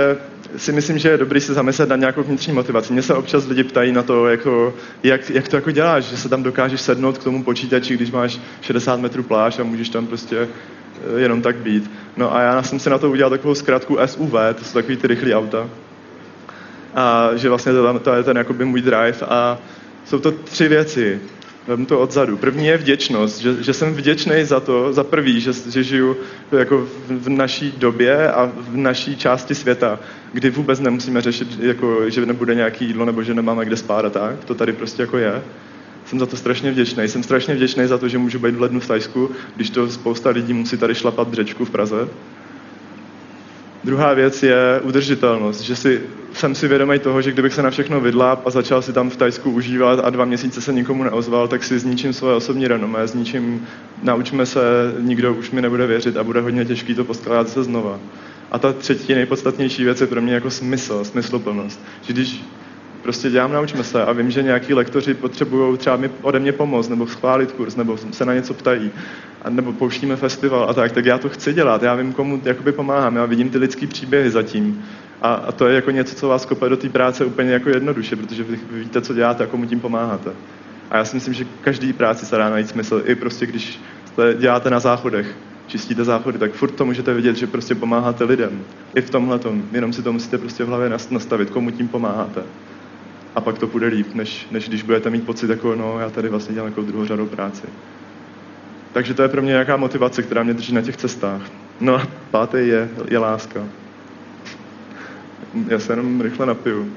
si myslím, že je dobrý se zamyslet na nějakou vnitřní motivaci. Mě se občas lidi ptají na to, jako, jak to jako děláš, že se tam dokážeš sednout k tomu počítači, když máš 60 metrů pláž a můžeš tam prostě jenom tak být. No a já jsem si na to udělal takovou zkratku SUV, to jsou takový ty rychlý auta. A že vlastně to je ten jakoby můj drive a jsou to 3 věci. Vem to odzadu. První je vděčnost, že jsem vděčný za to, za prvý, že žiju jako v naší době a v naší části světa, kdy vůbec nemusíme řešit, jako, že nebude nějaký jídlo nebo že nemáme kde spát a tak. To tady prostě jako je. Jsem za to strašně vděčný. Jsem strašně vděčný za to, že můžu být v lednu v Thajsku, když to spousta lidí musí tady šlapat břečku v Praze. Druhá věc je udržitelnost, že jsem si vědomý toho, že kdybych se na všechno vydláp a začal si tam v Thajsku užívat a 2 měsíce se nikomu neozval, tak si zničím svoje osobní renomé, naučíme se, nikdo už mi nebude věřit a bude hodně těžký to poskládat se znova. A ta třetí nejpodstatnější věc je pro mě jako smysluplnost. Že když prostě dělám naučme se a vím, že nějaký lektoři potřebují třeba ode mě pomoct nebo schválit kurz, nebo se na něco ptají, nebo pouštíme festival a tak já to chci dělat, já vím, komu jakoby pomáhám, já vidím ty lidský příběhy zatím. A to je jako něco, co vás kope do té práce úplně jako jednoduše, protože vy víte, co děláte a komu tím pomáháte. A já si myslím, že každý práci se dá najít smysl, i prostě když děláte na záchodech, čistíte záchody, tak furt to můžete vidět, že prostě pomáháte lidem. I v tomhletom, jenom si to musíte prostě v hlavě nastavit, komu tím pomáháte. A pak to půjde líp, než když budete mít pocit, jako no, já tady vlastně dělám jako druhořadou práci. Takže to je pro mě nějaká motivace, která mě drží na těch cestách. No a 5. je láska. Já se jenom rychle napiju.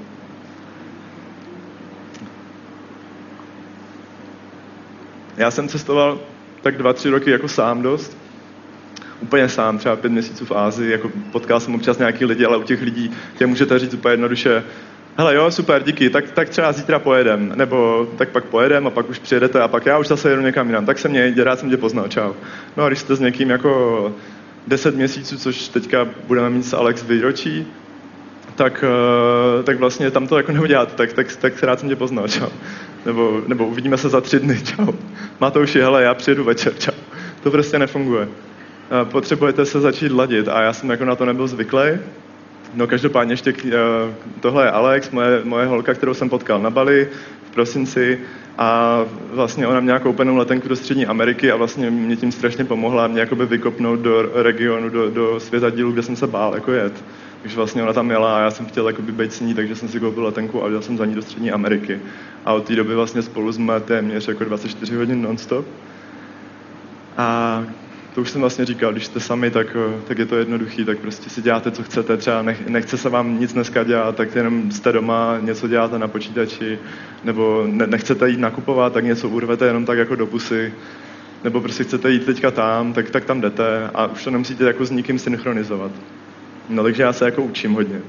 Já jsem cestoval tak 2-3 roky jako sám dost. Úplně sám, třeba 5 měsíců v Ázii, jako potkal jsem občas nějaký lidi, ale u těch lidí tě můžete říct úplně jednoduše, hele jo, super, díky, tak třeba zítra pojedem, nebo tak pak pojedem a pak už přijedete a pak já už zase jedu někam jinam, tak se mě, rád jsem tě poznal, čau. No a když jste s někým jako 10 měsíců, což teďka budeme mít s Alex výročí, tak vlastně tam to jako neuděláte, tak rád jsem tě poznal, čau. Nebo uvidíme se za 3 dny, čau. Matouši, hele, já přijedu večer, čau. To prostě nefunguje. Potřebujete se začít ladit a já jsem jako na to nebyl zvyklý. No každopádně ještě tohle je Alex, moje holka, kterou jsem potkal na Bali v prosinci a vlastně ona měla koupenou letenku do Střední Ameriky a vlastně mě tím strašně pomohla mě jakoby vykopnout do regionu, do světadílu, kde jsem se bál jako jet. Takže vlastně ona tam jela a já jsem chtěl jakoby být s ní, takže jsem si koupil letenku a jel jsem za ní do Střední Ameriky. A od té doby vlastně spolu jsme téměř jako 24 hodin non-stop. A to už jsem vlastně říkal, když jste sami, tak je to jednoduchý, tak prostě si děláte, co chcete, třeba nechce se vám nic dneska dělat, tak jenom jste doma, něco děláte na počítači, nebo nechcete jít nakupovat, tak něco urvete jenom tak jako do pusy, nebo prostě chcete jít teďka tam, tak tam jdete a už to nemusíte jako s nikým synchronizovat. No takže já se jako učím hodně.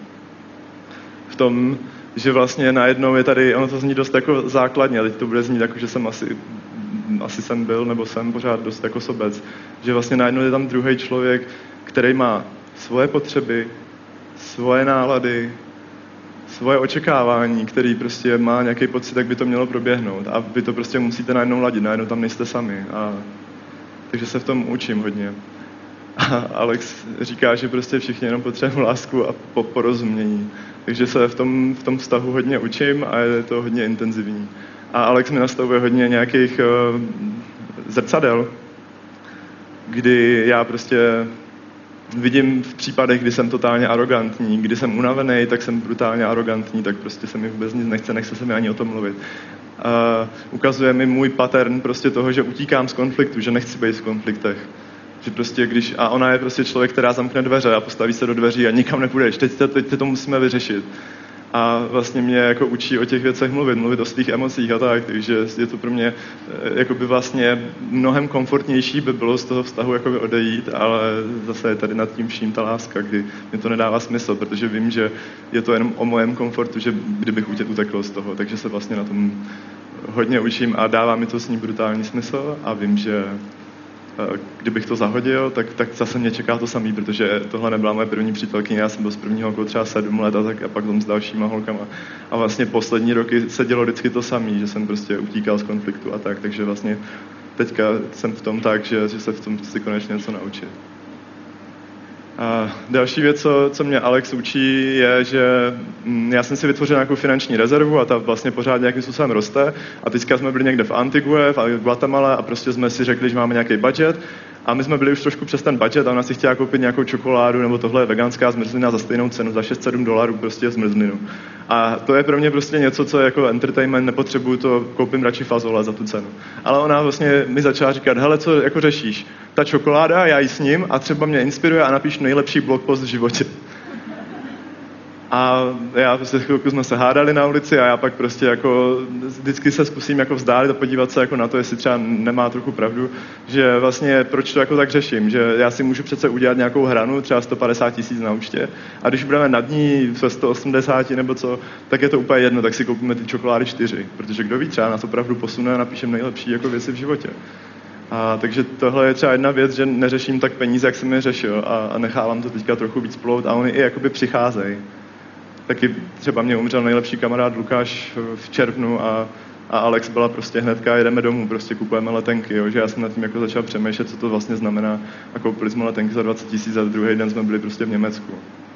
V tom, že vlastně najednou je tady, ono to zní dost jako základně, teď to bude znít jako, že jsem asi jsem byl, nebo jsem pořád dost jako sobec, že vlastně najednou je tam druhý člověk, který má svoje potřeby, svoje nálady, svoje očekávání, který prostě má nějaký pocit, jak by to mělo proběhnout a vy to prostě musíte najednou ladit, najednou tam nejste sami. Takže se v tom učím hodně. A Alex říká, že prostě všichni jenom potřebujeme lásku a porozumění. Takže se v tom vztahu hodně učím a je to hodně intenzivní. A Alex mi nastavuje hodně nějakých zrcadel, kdy já prostě vidím v případech, kdy jsem totálně arrogantní, kdy jsem unavený, tak jsem brutálně arrogantní, tak prostě se mi vůbec nic nechce se mi ani o tom mluvit. Ukazuje mi můj pattern prostě toho, že utíkám z konfliktu, že nechci být v konfliktech. Že prostě a ona je prostě člověk, která zamkne dveře a postaví se do dveří a nikam nepůjdeš, teď to musíme vyřešit. A vlastně mě jako učí o těch věcech mluvit o svých emocích a tak, takže je to pro mě jakoby vlastně mnohem komfortnější by bylo z toho vztahu jakoby odejít, ale zase je tady nad tím vším ta láska, kdy mi to nedává smysl, protože vím, že je to jenom o mojem komfortu, že kdybych utekl z toho, takže se vlastně na tom hodně učím a dává mi to s ní brutální smysl a vím, že kdybych to zahodil, tak zase mě čeká to samý, protože tohle nebyla moje první přítelkyně, já jsem byl s první holkou třeba 7 let a pak jsem s dalšíma holkama. A vlastně poslední roky se dělo vždycky to samý, že jsem prostě utíkal z konfliktu a tak, takže vlastně teďka jsem v tom tak, že se v tom chci konečně něco naučit. A další věc, co mě Alex učí, je, že já jsem si vytvořil nějakou finanční rezervu a ta vlastně pořád nějakým způsobem roste. A teďka jsme byli někde v Antigue, v Guatemala a prostě jsme si řekli, že máme nějaký budget. A my jsme byli už trošku přes ten budget a ona si chtěla koupit nějakou čokoládu nebo tohle je veganská zmrzlina za stejnou cenu, za $6-7 prostě zmrzlinu. A to je pro mě prostě něco, co jako entertainment nepotřebuju, to koupím radši fazole za tu cenu. Ale ona vlastně mi začala říkat, hele, co jako řešíš? Ta čokoláda, já ji sním a třeba mě inspiruje a napíš nejlepší blogpost v životě. A já prostě chvilku jsme se hádali na ulici a já pak prostě jako vždycky se zkusím jako vzdálit a podívat se jako na to, jestli třeba nemá trochu pravdu, že vlastně proč to jako tak řeším, že já si můžu přece udělat nějakou hranu, třeba 150 000 na účtě a když budeme nad ní ve 180 nebo co, tak je to úplně jedno, tak si koupíme ty čokolády 4, protože kdo ví, třeba nás opravdu posune a napíšem nejlepší jako věci v životě. A takže tohle je třeba jedna věc, že neřeším tak peníze, jak jsem je řešil a nechávám to teďka trochu víc plout a oni i jakoby přicházejí. Taky třeba mě umřel nejlepší kamarád Lukáš v červnu a Alex byla prostě hnedka, jedeme domů, prostě kupujeme letenky, jo, že já jsem nad tím jako začal přemýšlet, co to vlastně znamená a koupili jsme letenky za 20 000 a druhý den jsme byli prostě v Německu.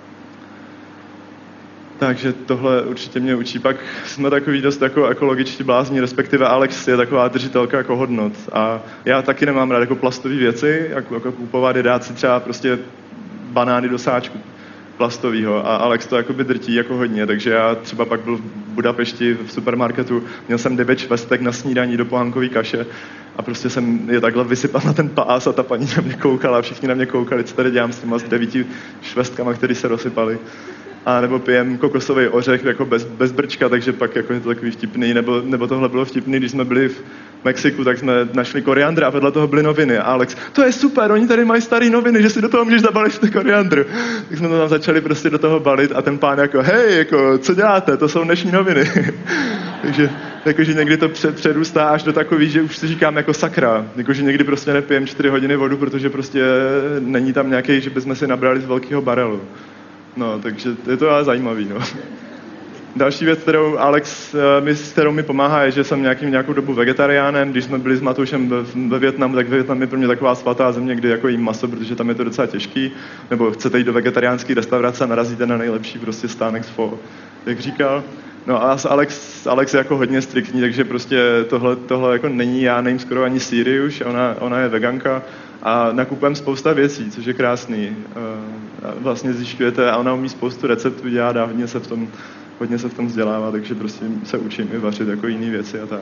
Takže tohle určitě mě učí. Pak jsme takový dost jako ekologičtí blázni, respektive Alex je taková držitelka jako hodnot. A já taky nemám rád jako plastové věci, jako kupovat, dát si třeba prostě banány do sáčku plastovýho a Alex to jakoby drtí jako hodně, takže já třeba pak byl v Budapešti v supermarketu, měl jsem 9 švestek na snídaní do pohankový kaše a prostě jsem je takhle vysypal na ten pás a ta paní na mě koukala, všichni na mě koukali, co tady dělám s těma 9 švestkama, které se rozsypaly. A nebo pijem kokosový ořech jako bez brčka, takže pak jako je to takový vtipný, nebo tohle bylo vtipný, když jsme byli v Mexiku, tak jsme našli koriandr a vedle toho byly noviny. A Alex, to je super, oni tady mají staré noviny, že si do toho můžeš zabalit ten koriandr. Tak jsme to tam začali prostě do toho balit a ten pán jako, hej, jako, co děláte, to jsou dnešní noviny. Takže jakože někdy to přerůstá až do takový, že už si říkám jako sakra, jakože někdy prostě nepijem 4 hodiny vodu, protože prostě není tam nějaký, že bychom si nabrali z velkého barelu. No, takže je to ale zajímavý, no. Další věc, kterou mi pomáhá, je, že jsem nějakou dobu vegetariánem. Když jsme byli s Matoušem ve Vietnamu, tak Vietnam je pro mě taková svatá země, kdy jako jim maso, protože tam je to docela těžký. Nebo chcete jít do vegetariánské restaurace a narazíte na nejlepší prostě stánek z pho, jak říkal. No a Alex je jako hodně striktní, takže prostě tohle jako není, já nejím skoro ani sýry už, ona je veganka. A nakupujeme spousta věcí, což je krásný. Vlastně zjišťujete a ona umí spoustu receptů dělat a hodně se v tom vzdělává, takže prostě se učím i vařit jako jiné věci a tak.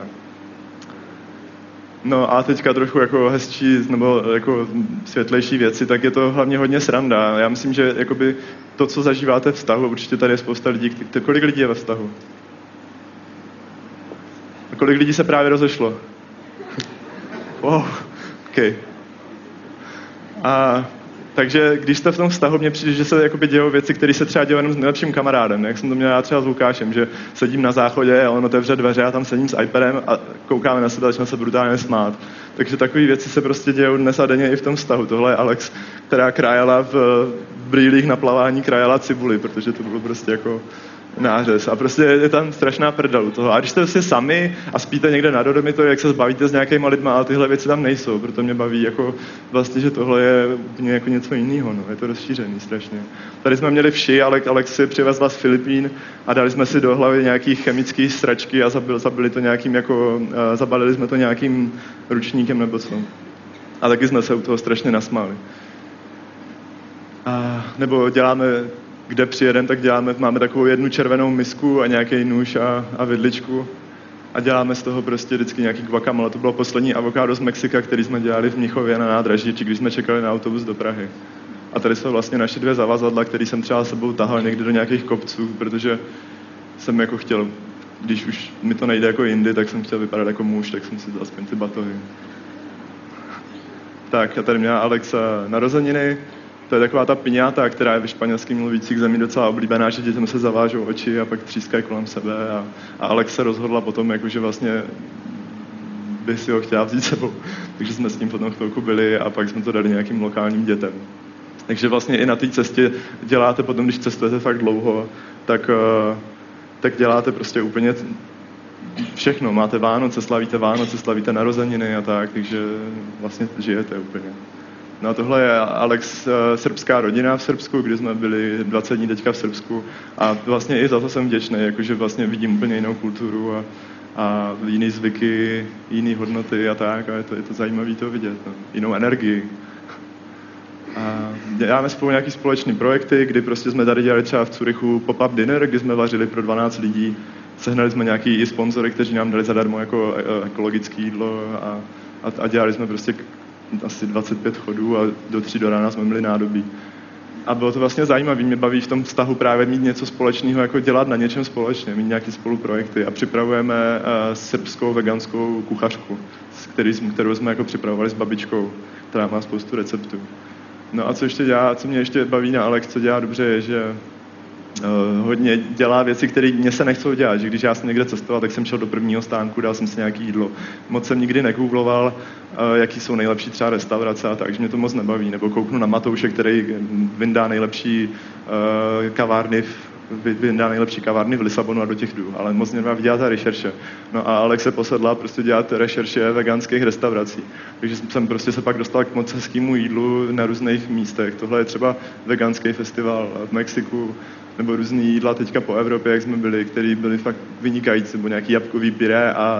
No a teďka trochu jako hezčí nebo jako světlejší věci, tak je to hlavně hodně sranda. Já myslím, že jakoby to, co zažíváte v vztahu, určitě tady je spousta lidí, kolik lidí je ve vztahu? A kolik lidí se právě rozešlo? Wow, okay. A takže když jste v tom vztahu, mně přijde, že se jakoby dějou věci, které se třeba dějí jenom s nejlepším kamarádem. Jak jsem to měl já třeba s Lukášem, že sedím na záchodě a on otevře dveře a tam sedím s iPadem a koukáme na sebe a začneme se brutálně smát. Takže takové věci se prostě dějou dnes a denně i v tom vztahu. Tohle je Alex, která krájela v brýlích na plavání, krájela cibuli, protože to bylo prostě jako nářez. A prostě je tam strašná prdel u toho. A když jste prostě sami a spíte někde na domy, to jak se zbavíte s nějakýma lidma, ale tyhle věci tam nejsou. Proto mě baví jako vlastně, že tohle je úplně jako něco jiného. No. Je to rozšířený strašně. Tady jsme měli vši, ale Alex si přivezla z Filipín a dali jsme si do hlavy nějaký chemický sračky a zabili to nějakým jako, zabalili jsme to nějakým ručníkem nebo co. A taky jsme se u toho strašně nasmáli. Nebo děláme, kde přijedeme, tak máme takovou jednu červenou misku a nějaký nůž a vidličku a děláme z toho prostě vždycky nějaký guacamole. To bylo poslední avokádo z Mexika, který jsme dělali v Mnichově na nádraží, či když jsme čekali na autobus do Prahy. A tady jsou vlastně naše 2 zavazadla, které jsem třeba sebou tahal někdy do nějakých kopců, protože jsem jako chtěl, když už mi to nejde jako jindy, tak jsem chtěl vypadat jako muž, tak jsem si vzal aspoň ty batohy. Tak, a tady měla Alexa narozeniny. To je taková ta piňáta, která je ve španělských mluvících zemí docela oblíbená, že dětem se zavážou oči a pak třískají kolem sebe. A Alex se rozhodla potom, že vlastně by si ho chtěla vzít sebou. Takže jsme s ním potom chvilku byli a pak jsme to dali nějakým lokálním dětem. Takže vlastně i na té cestě děláte potom, když cestujete fakt dlouho, tak děláte prostě úplně všechno. Máte Vánoce, slavíte narozeniny a tak, takže vlastně žijete úplně. No a tohle je Alex, srbská rodina v Srbsku, kdy jsme byli 20 dní teďka v Srbsku a vlastně i za to jsem vděčný, jakože vlastně vidím úplně jinou kulturu a jiný zvyky, jiný hodnoty a tak a je to zajímavé to vidět, no. Jinou energii. A děláme spolu nějaký společný projekty, kdy prostě jsme tady dělali třeba v Curychu pop-up dinner, kdy jsme vařili pro 12 lidí. Sehnali jsme nějaký i sponzory, kteří nám dali zadarmo jako ekologické jídlo a dělali jsme prostě asi 25 chodů a do 3 do rána jsme měli nádobí. A bylo to vlastně zajímavé, mě baví v tom vztahu právě mít něco společného, jako dělat na něčem společně, mít nějaké spoluprojekty a připravujeme srbskou veganskou kuchařku, kterou jsme jako připravovali s babičkou, která má spoustu receptů. No a co mě ještě baví na Alex, co dělá dobře, je, že hodně dělá věci, které mě se nechcou dělat, že když já jsem někde cestoval, tak jsem šel do prvního stánku, dal jsem si nějaké jídlo. Moc jsem nikdy negoogloval, jaký jsou nejlepší třeba restaurace a tak, že mě to moc nebaví. Nebo kouknu na Matouše, který vyndá nejlepší kavárny v Lisabonu a do těch jdu, ale moc mě nebaví dělat ta rešerše. No a Alex se posedla prostě dělat rešerše veganských restaurací. Takže jsem prostě se pak dostal k moc hezkému jídlu na různých místech. Tohle je třeba veganský festival v Mexiku, nebo různý jídla teďka po Evropě, jak jsme byli, který byli fakt vynikající, nebo nějaký jabkový pyré a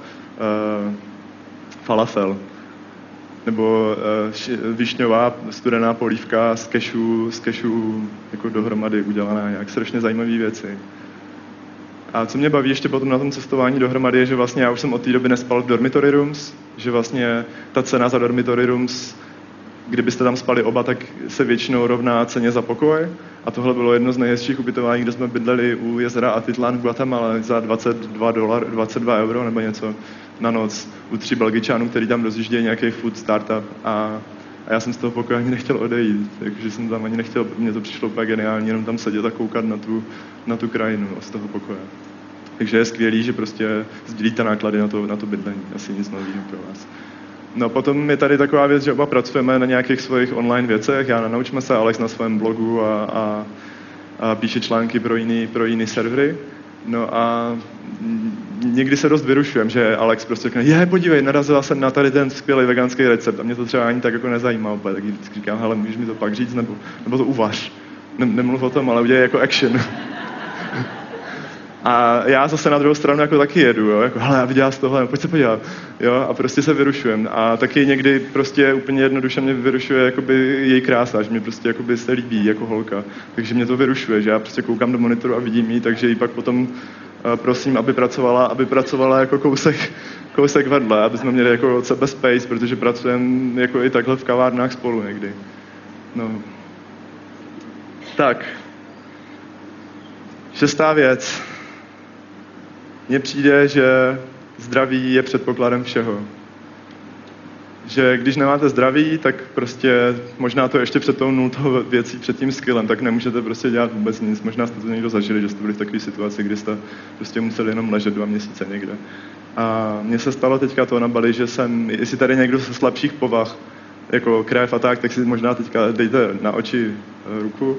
falafel. Nebo višňová studená polívka z kešu jako dohromady udělaná nějak strašně zajímavé věci. A co mě baví ještě potom na tom cestování dohromady je, že vlastně já už jsem od té doby nespal v dormitory rooms, že vlastně ta cena za dormitory rooms, kdybyste tam spali oba, tak se většinou rovná ceně za pokoj. A tohle bylo jedno z nejhezčích ubytování, kde jsme bydleli u jezera Atitlán v Guatemala za $22 nebo něco na noc u 3 Belgičanů, který tam rozjíždějí nějaký food startup a já jsem z toho pokoje ani nechtěl odejít, takže jsem tam ani nechtěl, mně to přišlo úplně geniální, jenom tam sedět a koukat na tu krajinu z toho pokoje. Takže je skvělý, že prostě sdílíte náklady na to bydlení, asi nic nového pro vás. No potom je tady taková věc, že oba pracujeme na nějakých svých online věcech, já na Naučme se, Alex na svém blogu a píše články pro jiný servery. No a někdy se dost vyrušujem, že Alex prostě řekne, podívej, narazila jsem na tady ten skvělý veganský recept a mě to třeba ani tak jako nezajímá úplně, tak vždycky říkám, hele, můžeš mi to pak říct, nebo to uvař. Nemluv o tom, ale udělej jako action. A já zase na druhou stranu jako taky jedu, jo? Jako, hele, já viděla z tohle, pojď se podívat, jo? A prostě se vyrušujem. A taky někdy prostě úplně jednoduše mě vyrušuje jakoby její krása, že mě prostě jakoby se líbí jako holka. Takže mě to vyrušuje, že já prostě koukám do monitoru a vidím ji, takže ji pak potom prosím, aby pracovala jako kousek vedle, aby jsme měli jako od sebe space, protože pracujeme jako i takhle v kavárnách spolu někdy. No. Tak. 6. věc. Mně přijde, že zdraví je předpokladem všeho. Že když nemáte zdraví, tak prostě možná to ještě před tou 0 věcí, před tím skillem, tak nemůžete prostě dělat vůbec nic. Možná jste to někdo zažili, že jste byli v takové situaci, kdy jste prostě museli jenom ležet 2 měsíce někde. A mně se stalo teďka to na Bali, že jestli tady někdo ze slabších povah, jako krev a tak si možná teďka dejte na oči ruku.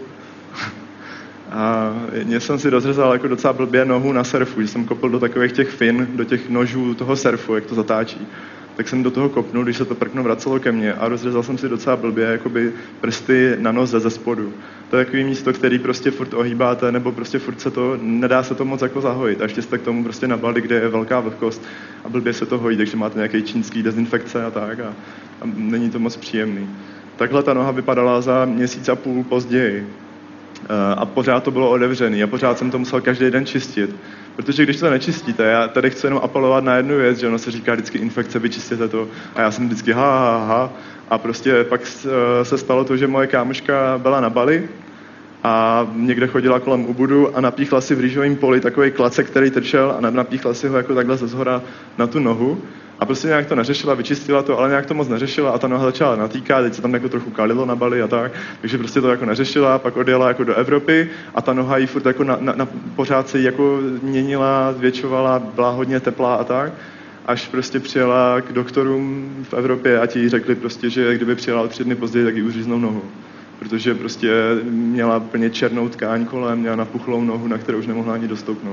A mě jsem si rozřezal jako docela blbě nohu na surfu, že jsem kopl do takových těch fin, do těch nožů toho surfu, jak to zatáčí. Tak jsem do toho kopnul, když se to prkno vracelo ke mně a rozřezal jsem si docela blbě jakoby prsty na noze ze spodu. To je takový místo, který prostě furt ohýbáte, nebo prostě furt nedá se to moc jako zahojit. A ještě jste k tomu prostě na Bali, kde je velká vlhkost a blbě se to hojí, takže máte nějaký čínský dezinfekce a tak a není to moc příjemný. Takhle ta noha vypadala za 1,5 měsíce později. A pořád to bylo otevřený a pořád jsem to musel každý den čistit. Protože když to nečistíte, já tady chci jenom apelovat na jednu věc, že ono se říká vždycky infekce, vyčistěte to. A já jsem vždycky ha. A prostě pak se stalo to, že moje kámoška byla na Bali a někde chodila kolem Ubudu a napíchla si v rýžovém poli takový klacek, který trčel a napíchla si ho jako takhle ze zhora na tu nohu. A prostě nějak to neřešila, vyčistila to, ale nějak to moc neřešila a ta noha začala natýkat, teď se tam jako trochu kalilo na Bali a tak, takže prostě to jako neřešila, pak odjela jako do Evropy a ta noha jí furt jako pořád se jí jako měnila, zvětšovala, byla hodně teplá a tak, až prostě přijela k doktorům v Evropě a ti jí řekli prostě, že kdyby přijela 3 dny později, tak jí uříznou nohu. Protože prostě měla úplně černou tkáň kolem, měla napuchlou nohu, na kterou už nemohla ani dostoupnout.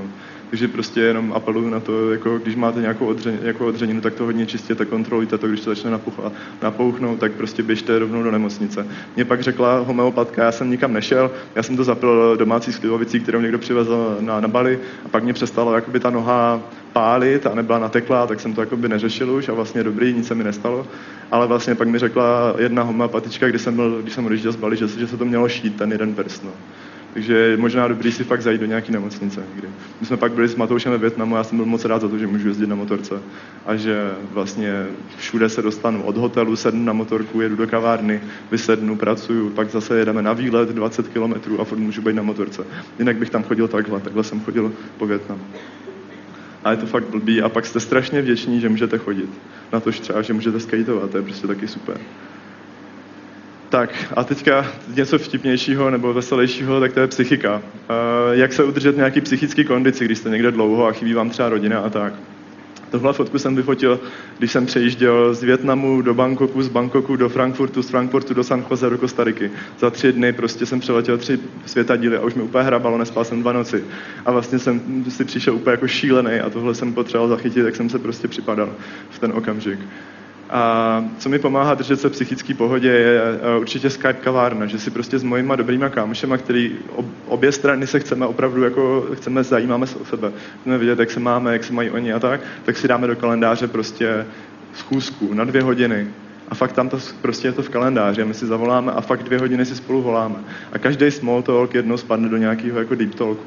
Takže prostě jenom apeluju na to, jako když máte nějakou odřeninu, tak to hodně čistěte, kontrolujte to, když to začne napouchnout, tak prostě běžte rovnou do nemocnice. Mě pak řekla homeopatka, já jsem nikam nešel, já jsem to zapil domácí slivovicí, kterou někdo přivezl na Bali, a pak mě přestalo jakoby ta noha pálit a nebyla nateklá, tak jsem to jakoby neřešil už a vlastně dobrý, nic se mi nestalo. Ale vlastně pak mi řekla jedna homeopatička, když jsem odjížděl z Bali, že se to mělo šít, ten jeden prst. No. Takže je možná dobrý si fakt zajít do nějaké nemocnice někdy. My jsme pak byli s Matoušem ve Vietnamu, já jsem byl moc rád za to, že můžu jezdit na motorce a že vlastně všude se dostanu od hotelu, sednu na motorku, jedu do kavárny, vysednu, pracuju, pak zase jedeme na výlet 20 kilometrů a furt můžu být na motorce. Jinak bych tam chodil takhle jsem chodil po Vietnamu. A je to fakt blbý a pak jste strašně vděční, že můžete chodit. Na to třeba, že můžete skateovat, to je prostě taky super. Tak a teďka něco vtipnějšího nebo veselějšího, tak to je psychika. Jak se udržet nějaký psychický kondici, když jste někde dlouho a chybí vám třeba rodina a tak. Tohle fotku jsem vyfotil, když jsem přejížděl z Vietnamu do Bangkoku, z Bangkoku do Frankfurtu, z Frankfurtu do San Jose, do Kostariky. Za 3 dny prostě jsem přeletěl 3 světadíly a už mi úplně hrabalo, nespal jsem 2 noci. A vlastně jsem si přišel úplně jako šílený a tohle jsem potřeboval zachytit, tak jsem se prostě připadal v ten okamžik. A co mi pomáhá držet se v psychické pohodě je určitě Skype kavárna, že si prostě s mojima dobrýma kámošema, který obě strany se chceme opravdu jako zajímáme se o sebe. Chceme vidět, jak se máme, jak se mají oni a tak si dáme do kalendáře prostě schůzku na 2 hodiny. A fakt tam to prostě je to v kalendáři a my si zavoláme a fakt 2 hodiny si spolu voláme. A každý small talk jednou spadne do nějakého jako deep talku.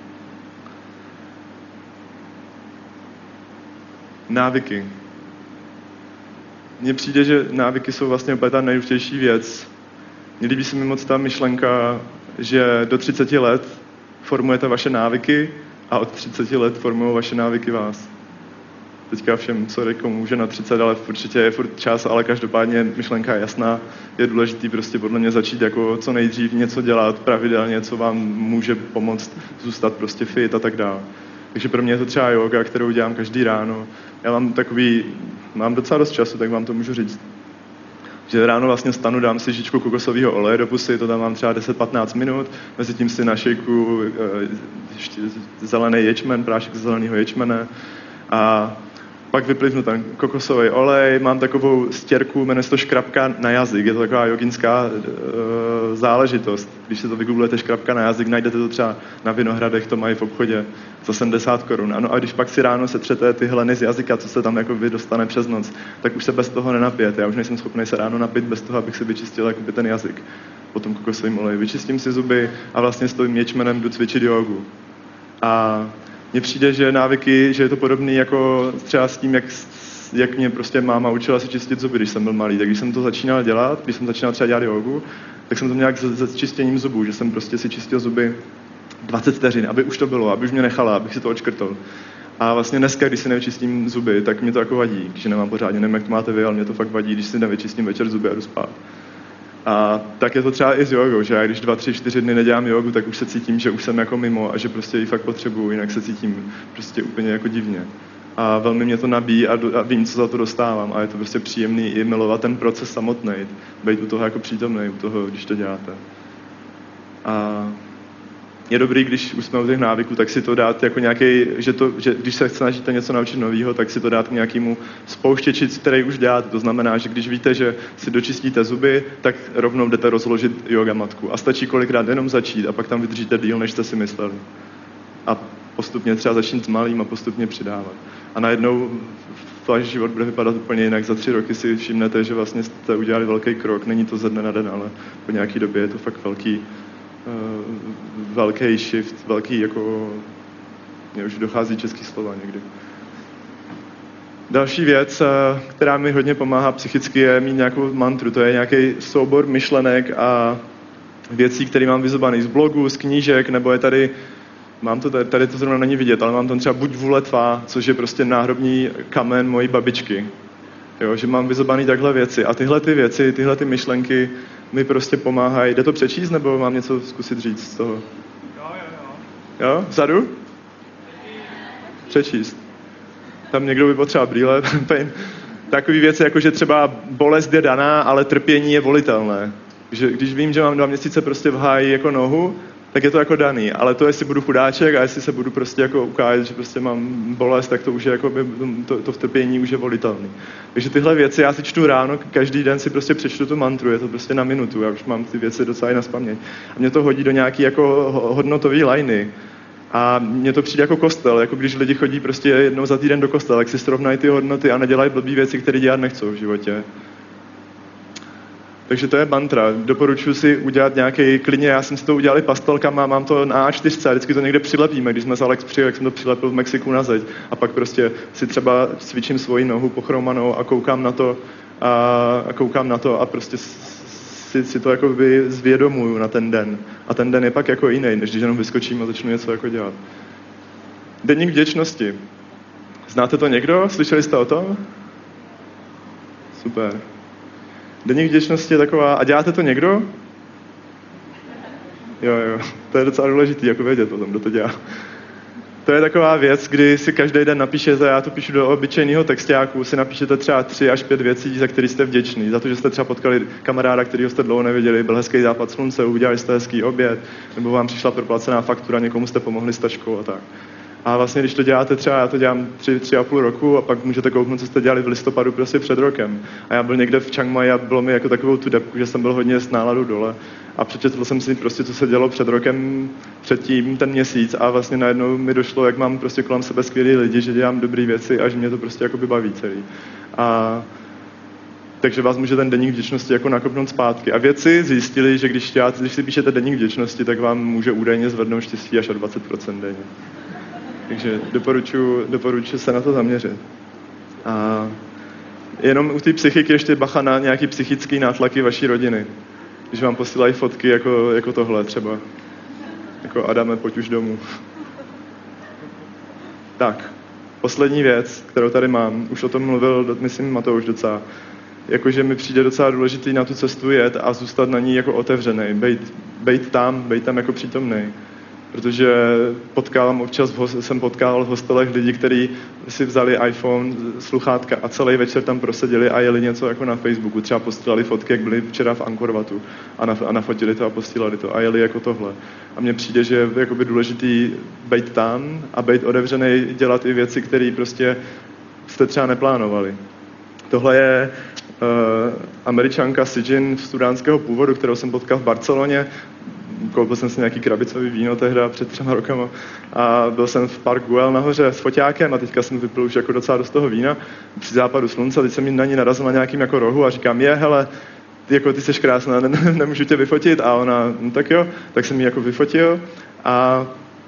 Návyky. Mně přijde, že návyky jsou vlastně úplně ta nejdůležitější věc. Mně líbí se mi moc ta myšlenka, že do 30 let formujete vaše návyky a od 30 let formují vaše návyky vás. Teďka všem, co komu může na 30, ale určitě je furt čas, ale každopádně myšlenka je jasná. Je důležitý prostě podle mě začít jako co nejdřív něco dělat pravidelně, co vám může pomoct zůstat prostě fit a tak dále. Takže pro mě je to třeba yoga, kterou dělám každý ráno. Já mám docela dost času, tak vám to můžu říct. Že ráno vlastně stanu, dám si žičku kokosového oleje do pusy, to tam mám třeba 10-15 minut, mezi tím si našejku zelený ječmen, prášek z zeleného ječmene a pak vyplivnu ten kokosový olej, mám takovou stěrku, jmenuje se to škrabka na jazyk, je to taková joginská záležitost. Když si to vygooglete škrabka na jazyk, najdete to třeba na Vinohradech, to mají v obchodě za 70 korun. Ano, a když pak si ráno setřete ty hleny z jazyka, co se tam jako dostane přes noc, tak už se bez toho nenapijete. Já už nejsem schopný se ráno napít bez toho, abych si vyčistil jakoby ten jazyk. Po tom kokosovém oleji vyčistím si zuby a vlastně s tím ječmenem jdu cvičit jogu. A mně přijde, že návyky, že je to podobný jako třeba s tím, jak mě prostě máma učila si čistit zuby, když jsem byl malý. Tak když jsem to začínal dělat, když jsem začínal třeba dělat jogu, tak jsem to nějak s čistěním zubů, že jsem prostě si čistil zuby 20 vteřin, aby už to bylo, aby už mě nechala, abych si to odškrtl. A vlastně dneska, když si nevyčistím zuby, tak mě to jako vadí, když nemám pořádně, nevím, jak to máte vy, ale mě to fakt vadí, když si nevyčistím večer zuby a jdu spát. A tak je to třeba i s jogou, že já když 2, 3, 4 dny nedělám jogu, tak už se cítím, že už jsem jako mimo a že prostě ji fakt potřebuju, jinak se cítím prostě úplně jako divně. A velmi mě to nabíjí a vím, co za to dostávám a je to prostě příjemný i milovat ten proces samotný, být u toho jako přítomný, u toho, když to děláte. A je dobrý, když už jsme u těch návyků, tak si to dát jako nějaký, že když se snažíte něco naučit nového, tak si to dát k nějakému spouštěči, který už děláte. To znamená, že když víte, že si dočistíte zuby, tak rovnou jdete rozložit yoga matku. A stačí kolikrát jenom začít a pak tam vydržíte díl, než jste si mysleli. A postupně třeba začít s malým a postupně přidávat. A najednou váš život bude vypadat úplně jinak. Za 3 roky si všimnete, že vlastně jste udělali velký krok. Není to ze dne na den, ale po nějaký době je to fakt velký shift, velký jako, mě už dochází český slova někdy. Další věc, která mi hodně pomáhá psychicky, je mít nějakou mantru. To je nějaký soubor myšlenek a věcí, které mám vyzobaný z blogu, z knížek, nebo je tady, mám to tady to zrovna není vidět, ale mám tam třeba buď vůle tvá, což je prostě náhrobní kamen mojí babičky. Jo, že mám vyzobaný takhle věci a tyhle ty věci, tyhle ty myšlenky mi prostě pomáhají. Jde to přečíst, nebo mám něco zkusit říct z toho? Jo? Vzadu? Přečíst. Tam někdo by potřeboval brýle. Takový věci, jako že třeba bolest je daná, ale trpění je volitelné. Že když vím, že mám 2 měsíce prostě v háji jako nohu tak je to jako daný, ale to, jestli budu chudáček a jestli se budu prostě jako ukážet, že prostě mám bolest, tak to už je jako to vtrpění už je volitelný. Takže tyhle věci já si čtu ráno, každý den si prostě přečtu tu mantru, je to prostě na minutu, já už mám ty věci docela i nazpaměť. A mě to hodí do nějaký jako hodnotový lajny. A mně to přijde jako kostel, jako když lidi chodí prostě jednou za týden do kostela, tak si srovnají ty hodnoty a nedělají blbý věci, které dělat nechcou v životě. Takže to je mantra. Doporučuji si udělat nějaký klidně, já jsem si to udělal i pastelkama, mám to na A4 a vždycky to někde přilepíme. Když jsme s Alex přijeli, jak jsem to přilepil v Mexiku na zeď a pak prostě si třeba cvičím svoji nohu pochromanou a koukám na to a prostě si to jakoby zvědomuju na ten den. A ten den je pak jako jiný, než když jenom vyskočím a začnu něco jako dělat. Deník vděčnosti. Znáte to někdo? Slyšeli jste o tom? Super. Deník vděčnosti je taková... A děláte to někdo? Jo. To je docela důležitý, jako vědět potom, kdo to dělá. To je taková věc, kdy si každý den napíšete, já to píšu do obyčejného textáku, si napíšete třeba 3 až 5 věcí, za které jste vděční. Za to, že jste třeba potkali kamaráda, kterýho jste dlouho neviděli, byl hezký západ slunce, udělali jste hezký oběd, nebo vám přišla proplacená faktura, někomu jste pomohli s taškou a tak. A vlastně, když to děláte třeba, já to dělám 3,5 roku a pak můžete kouknout, co jste dělali v listopadu prostě před rokem. A já byl někde v Chiang Mai a bylo mi jako takovou tu depku, že jsem byl hodně s náladou dole. A přečetl jsem si prostě, co se dělo před rokem, předtím ten měsíc a vlastně najednou mi došlo, jak mám prostě kolem sebe skvělý lidi, že dělám dobré věci a že mě to prostě jakoby baví celý. A takže vás může ten deník vděčnosti jako nakopnout zpátky. A vědci zjistili, že když si píšete deník vděčnosti, tak vám může údajně zvednout štěstí až o 20% denně. Takže doporučuji se na to zaměřit. A jenom u té psychiky ještě bacha na nějaký psychický nátlaky vaší rodiny. Když vám posílají fotky jako tohle třeba. Jako Adame, pojď už domů. Tak, poslední věc, kterou tady mám, už o tom mluvil, myslím, Matouš docela. Jakože mi přijde docela důležitý na tu cestu jet a zůstat na ní jako otevřený. Bejt tam jako přítomnej. Protože jsem potkal v hostelech lidi, kteří si vzali iPhone, sluchátka a celý večer tam proseděli a jeli něco jako na Facebooku. Třeba posílali fotky, jak byli včera v Angkor Watu a nafotili to a posílali to a jeli jako tohle. A mně přijde, že je jakoby důležitý být tam a být otevřený, dělat i věci, které prostě jste třeba neplánovali. Tohle je Američanka Sijin studánského původu, kterou jsem potkal v Barceloně. Koupil jsem si nějaký krabicový víno tehda před 3 rokama a byl jsem v Park Güell nahoře s foťákem a teďka jsem vypil už jako docela dost toho vína při západu slunce a teď jsem na ní narazil na nějakým jako rohu a říkám, hele, ty jsi krásná, nemůžu tě vyfotit a ona, no tak jo, tak jsem ji jako vyfotil a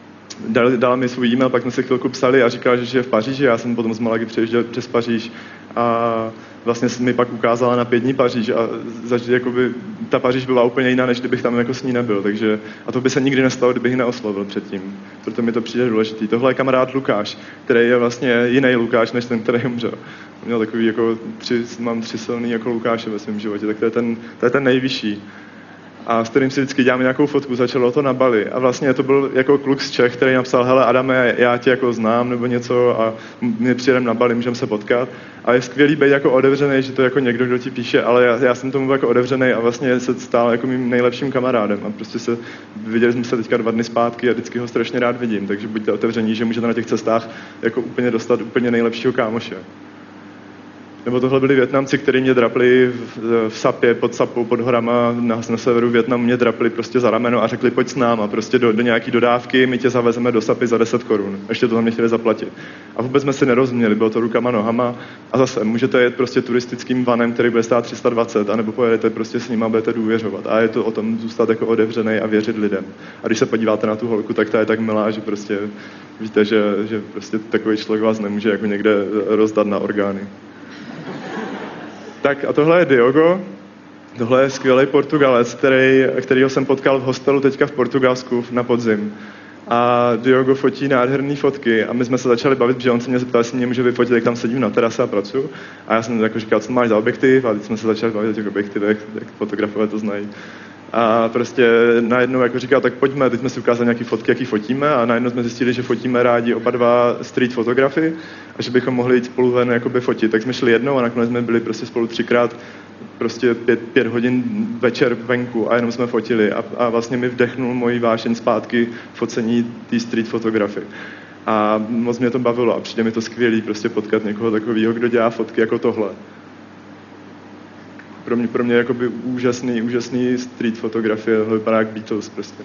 dala mi svůj e-mail, pak jsme se chvilku psali a říkala, že žije v Paříži, já jsem potom z Malagy přejižděl přes Paříž a vlastně mi pak ukázala na 5 dní Paříž a jakoby, ta Paříž byla úplně jiná, než kdybych tam jako s ní nebyl, takže a to by se nikdy nestalo, kdybych ji neoslovil předtím, proto mi to přijde důležitý. Tohle je kamarád Lukáš, který je vlastně jiný Lukáš, než ten, který umřel. Měl takový jako mám 3 silný jako Lukáše ve svém životě, tak to je ten nejvyšší. A s kterým si vždycky dělám nějakou fotku, začalo to na Bali. A vlastně to byl jako kluk z Čech, který napsal, hele Adame, já tě jako znám nebo něco a my přijedeme na Bali, můžeme se potkat. A je skvělý být jako otevřený, že to jako někdo, kdo ti píše, ale já jsem tomu jako otevřený a vlastně se stál jako mým nejlepším kamarádem. A prostě viděli jsme se teďka 2 dny zpátky a vždycky ho strašně rád vidím. Takže buďte otevření, že můžete na těch cestách jako úplně dostat úplně nejlepšího kámoše. Nebo tohle byli Vietnamci, kteří mě drapli v Sapě, pod Sapou, pod horama na severu Vietnamu, mě drapli prostě za rameno a řekli, pojď s náma, prostě do nějaký dodávky, my tě zavezeme do Sapy za 10 korun. Ještě to tam mě chtěli zaplatit. A vůbec jsme si nerozuměli, bylo to rukama, nohama. A zase můžete jet prostě turistickým vanem, který bude stát 320, anebo pojedete prostě s ním a budete důvěřovat. A je to o tom zůstat jako otevřený a věřit lidem. A když se podíváte na tu holku, tak ta je tak milá, že prostě víte, že prostě takový člověk vás nemůže jako někde rozdat na orgány. Tak a tohle je Diogo, tohle je skvělý Portugalec, kterýho jsem potkal v hostelu teďka v Portugalsku na podzim. A Diogo fotí nádherné fotky a my jsme se začali bavit, že on se mě zeptal, jestli mě může vyfotit, jak tam sedím na terase a pracuji. A já jsem jako říkal, co máš za objektiv a teď jsme se začali bavit o těch objektivech, jak fotografové to znají. A prostě najednou jako říkal, tak pojďme, teď jsme si ukázali nějaké fotky, jaký fotíme a najednou jsme zjistili, že fotíme rádi oba dva street fotografy a že bychom mohli jít spolu ven jakoby fotit. Tak jsme šli jednou a nakonec jsme byli prostě spolu 3krát prostě 5 hodin večer venku a jenom jsme fotili a vlastně mi vdechnul moji vášeň zpátky focení té street fotografie. A moc mě to bavilo a přijde mi to skvělý prostě potkat někoho takového, kdo dělá fotky jako tohle. Pro mě jakoby úžasný street fotografie, tohle vypadá jak Beatles prostě.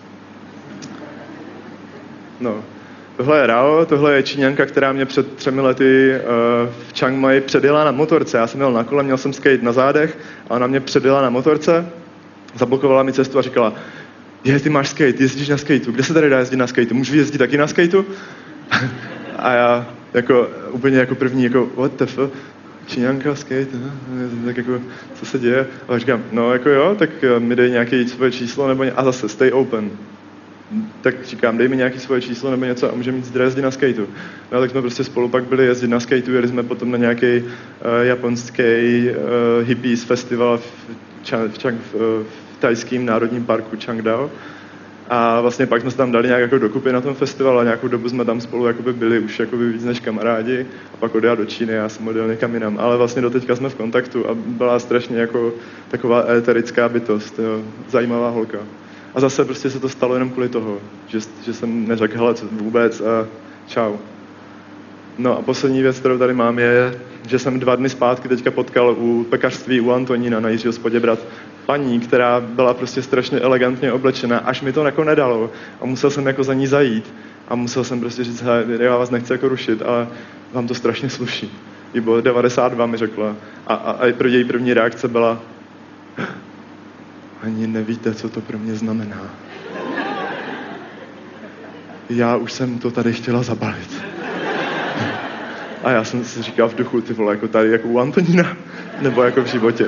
No. Tohle je Rao, tohle je Číňanka, která mě před 3 lety v Chiang Mai předjela na motorce. Já jsem jel na kole, měl jsem skate na zádech a ona mě předjela na motorce, zablokovala mi cestu a říkala: ty máš skate, jezdíš na skateu, kde se tady dá jezdit na skateu, můžu jezdit taky na skateu? A já jako úplně jako první jako what the fuck, Číňanka, skate, tak jako co se děje? A říkám, no jako jo, tak mi dej nějaké svoje číslo nebo a zase stay open. Tak říkám, dej mi nějaké svoje číslo nebo něco a můžeme jít zde jezdit na skateu. No tak jsme prostě spolu pak byli jezdit na skateu, jeli jsme potom na nějaký japonský hippies festival v tajském národním parku Changdao. A vlastně pak jsme se tam dali nějak jako dokupy na tom festivalu a nějakou dobu jsme tam spolu jakoby byli už jakoby víc než kamarádi a pak odjel do Číny, já jsem odjel někam jinam. Ale vlastně doteďka jsme v kontaktu a byla strašně jako taková éterická bytost, jo, zajímavá holka. A zase prostě se to stalo jenom kvůli toho, že jsem neřekl, hele, co vůbec a čau. No a poslední věc, kterou tady mám, je, že jsem 2 dny zpátky teďka potkal u pekařství u Antonína na Jiřího Spoděbrat paní, která byla prostě strašně elegantně oblečená, až mi to jako nedalo a musel jsem jako za ní zajít a musel jsem prostě říct, já vás nechci jako rušit, ale vám to strašně sluší. Jí bylo 92, mi řekla a pro její první reakce byla: ani nevíte, co to pro mě znamená. Já už jsem to tady chtěla zabalit. A já jsem si říkal v duchu, ty vole, jako tady, jako u Antonína, nebo jako v životě.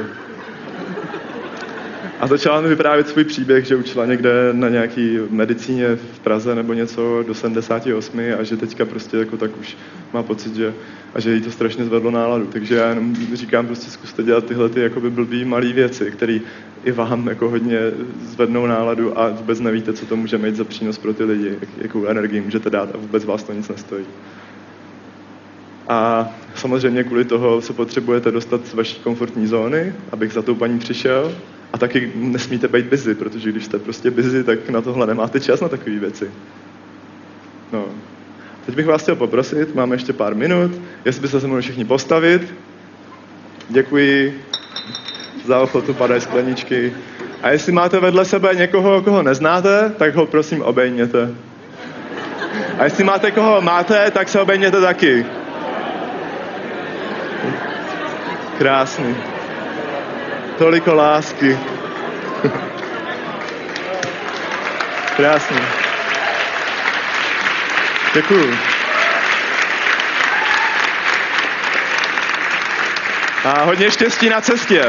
A začala mi vyprávět svůj příběh, že učila někde na nějaký medicíně v Praze nebo něco do 78 a že teďka prostě jako tak už má pocit, že jí to strašně zvedlo náladu. Takže já jenom říkám, prostě zkuste dělat tyhle ty jakoby blbý malý věci, které i vám jako hodně zvednou náladu a vůbec nevíte, co to může mít za přínos pro ty lidi, jakou energii můžete dát a vůbec vás to nic nestojí. A samozřejmě kvůli toho se potřebujete dostat z vaší komfortní zóny, abych za tou paní přišel. A taky nesmíte být busy, protože když jste prostě busy, tak na tohle nemáte čas na takové věci. No. Teď bych vás chtěl poprosit, máme ještě pár minut, jestli byste se mohli všichni postavit. Děkuji. Za ochotu padají skleničky. A jestli máte vedle sebe někoho, koho neznáte, tak ho prosím obejměte. A jestli máte koho máte, tak se obejměte taky. Krásný. Toliko lásky. Krásný. Děkuju. A hodně štěstí na cestě.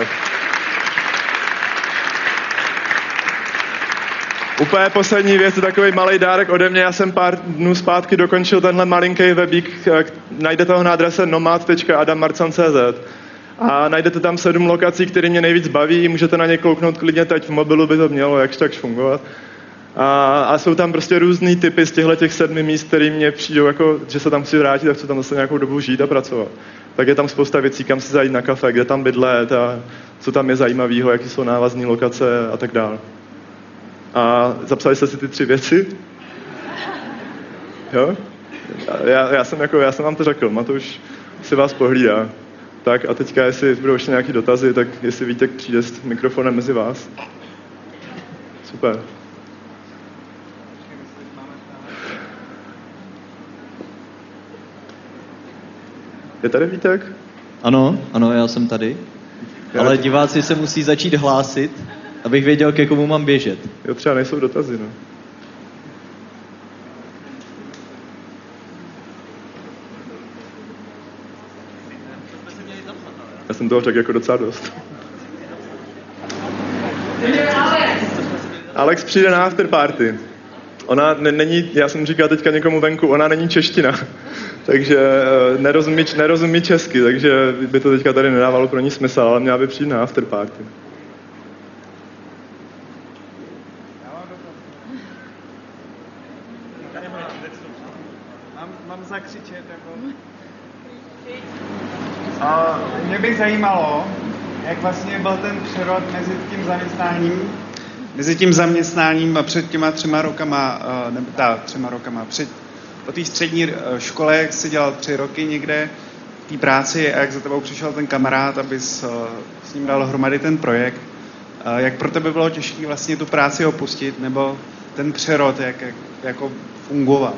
Úplně poslední věc, je takový malý dárek ode mě. Já jsem pár dnů zpátky dokončil tenhle malinký webík. Najdete ho na adrese nomad.adammarcan.cz. A najdete tam 7 lokací, které mě nejvíc baví, můžete na ně kouknout klidně teď, v mobilu by to mělo jakž takž fungovat. A jsou tam prostě různý typy z těch 7 míst, které mě přijdou, jako, že se tam chci vrátit a chci tam zase nějakou dobu žít a pracovat. Tak je tam spousta věcí, kam si zajít na kafe, kde tam bydlet a co tam je zajímavého, jaký jsou návazné lokace a tak dále. A zapsali jste si ty 3 věci? Jo? Já jsem vám to řekl, Matouš si vás pohlídá. Tak a teďka, jestli budou ještě nějaký dotazy, tak jestli Vítek přijde s mikrofonem mezi vás. Super. Je tady Vítek? Ano, já jsem tady. Ale diváci se musí začít hlásit, abych věděl, ke komu mám běžet. Jo, třeba nejsou dotazy, no. Já jsem toho řekl jako docela dost. Alex přijde na afterparty. Ona není, já jsem říkal teďka někomu venku, ona není čeština. Takže nerozumí česky, takže by to teďka tady nedávalo pro ní smysl, ale měla by přijít na afterparty. Mám zakřičet, jako... A mě by zajímalo, jak vlastně byl ten přerod mezi tím zaměstnáním a před těma 3 rokama, po té střední škole, jak jsi dělal 3 roky někde v té práci a jak za tebou přišel ten kamarád, abys s ním dal hromady ten projekt. Jak pro tebe bylo těžké vlastně tu práci opustit, nebo ten přerod, jak jako fungoval?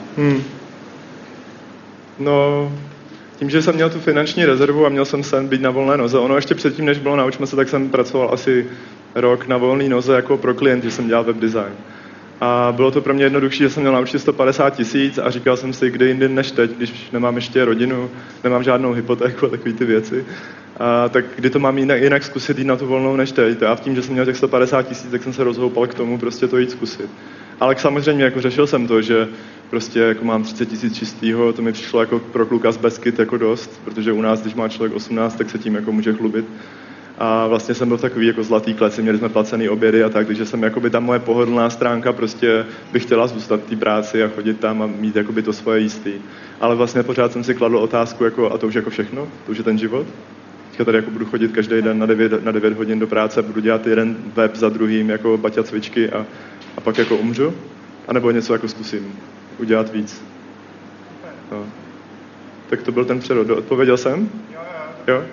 No, tím, že jsem měl tu finanční rezervu a měl jsem sen být na volné noze, ono ještě předtím, než bylo Naučme se, tak jsem pracoval asi rok na volné noze jako pro klienty, že jsem dělal web design. A bylo to pro mě jednodušší, že jsem měl na účtu 150 000 a říkal jsem si, kdy jindy než teď, když nemám ještě rodinu, nemám žádnou hypotéku a takové ty věci. A tak kdy to mám jinak zkusit jít na tu volnou než teď. A v tím, že jsem měl těch 150 000, tak jsem se rozhoupal k tomu prostě to jít zkusit. Ale samozřejmě jako řešil jsem to, že prostě jako mám 30 000 čistýho, to mi přišlo jako pro kluka z Beskyt jako dost, protože u nás, když má člověk 18, tak se tím jako může chlubit. A vlastně jsem byl takový jako zlatý kleci, měli jsme placený obědy a tak, takže jsem jakoby ta moje pohodlná stránka prostě bych chtěla zůstat v té práci a chodit tam a mít jakoby to svoje jistý. Ale vlastně pořád jsem si kladl otázku jako, a to už jako všechno? To už je ten život? Teďka tady jako budu chodit každý den na 9 hodin do práce, budu dělat jeden web za druhým jako baťa cvičky a pak jako umřu? A nebo něco jako zkusím udělat víc? No. Tak to byl ten přerod. Odpověděl jsem? Jo?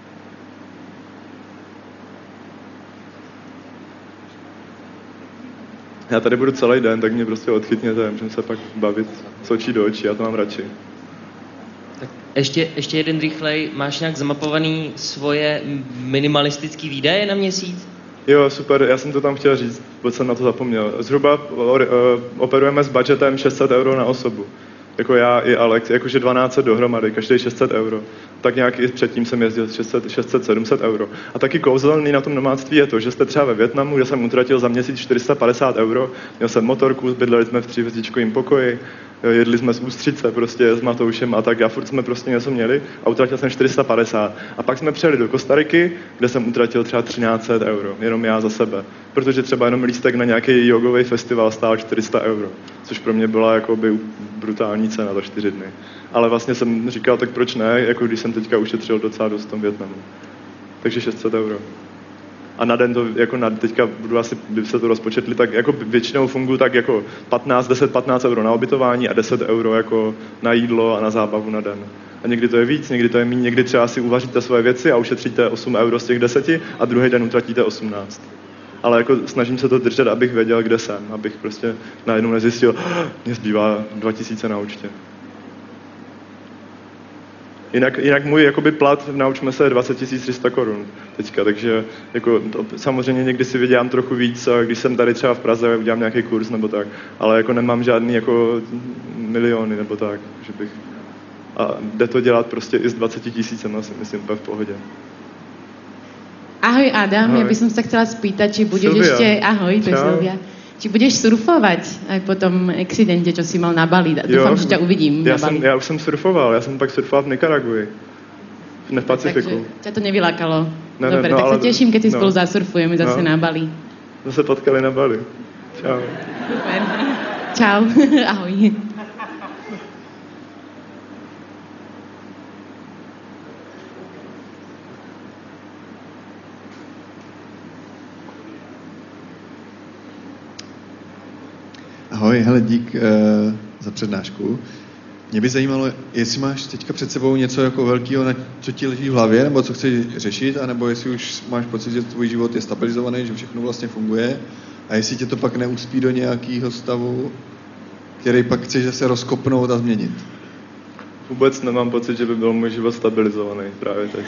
Já tady budu celý den, tak mě prostě odchytněte, můžeme se pak bavit z očí do očí, já to mám radši. Tak ještě jeden rychlej, máš nějak zamapovaný svoje minimalistické výdaje na měsíc? Jo, super, já jsem to tam chtěl říct, vůbec jsem na to zapomněl. Zhruba operujeme s budgetem 600 € na osobu. Jako já i Alex, jakože 1200 dohromady, každý 600 €. Tak nějak i předtím jsem jezdil 600-700 €. A taky kouzelný na tom nomádství je to, že jste třeba ve Vietnamu, že jsem utratil za měsíc 450 €, měl jsem motorku, bydleli jsme v 3hvězdičkovém pokoji, jedli jsme z ústřice prostě s Matoušem a tak, a furt jsme prostě něco měli a utratil jsem 450. A pak jsme přijeli do Kostariky, kde jsem utratil třeba 1300 €, jenom já za sebe. Protože třeba jenom lístek na nějaký jogový festival stál 400 €, což pro mě byla jakoby brutální cena za 4 dny. Ale vlastně jsem říkal, tak proč ne, jako když jsem teďka ušetřil docela dost v tom Vietnamu. Takže 600 €. A na den to, jako teďka budu asi, kdyby se to rozpočetli, tak jako většinou funguji tak jako 10-15 € na ubytování a 10 € jako na jídlo a na zábavu na den. A někdy to je víc, někdy to je méně, někdy třeba si uvaříte svoje věci a ušetříte 8 € z těch 10 a druhý den utratíte 18. Ale jako snažím se to držet, abych věděl, kde jsem, abych prostě najednou nezjistil, mě zbývá 2000 na účtě. Jinak můj jakoby plat v Naučme se 20 300 korun teďka, takže jako samozřejmě někdy si vydělám trochu víc, když jsem tady třeba v Praze, udělám nějaký kurz nebo tak, ale jako nemám žádný jako miliony nebo tak, že bych... A jde to dělat prostě i s 20 000, si myslím, v pohodě. Ahoj Adam, ahoj. Ja by som sa chcela spýtať, či budeš Silvia. ešte... Ahoj, to je Silvia. Či budeš surfovať aj po tom accidente, čo si mal na Bali. Dúfam, že ťa uvidím na Bali. Já už jsem surfoval, já jsem pak surfoval v Nikaragui, v Pacifiku. Takže ťa to nevylákalo. Ne, Dobre, tak sa teším, keď si spolu zasurfujeme zase na Bali. Jsme se potkali na Bali. Čau. Super. Čau, ahoj. Ahoj, hele, dík za přednášku. Mě by zajímalo, jestli máš teďka před sebou něco jako velkého, na co ti leží v hlavě, nebo co chceš řešit, anebo jestli už máš pocit, že tvůj život je stabilizovaný, že všechno vlastně funguje, a jestli tě to pak neuspí do nějakého stavu, který pak chceš zase rozkopnout a změnit. Vůbec nemám pocit, že by byl můj život stabilizovaný právě teď.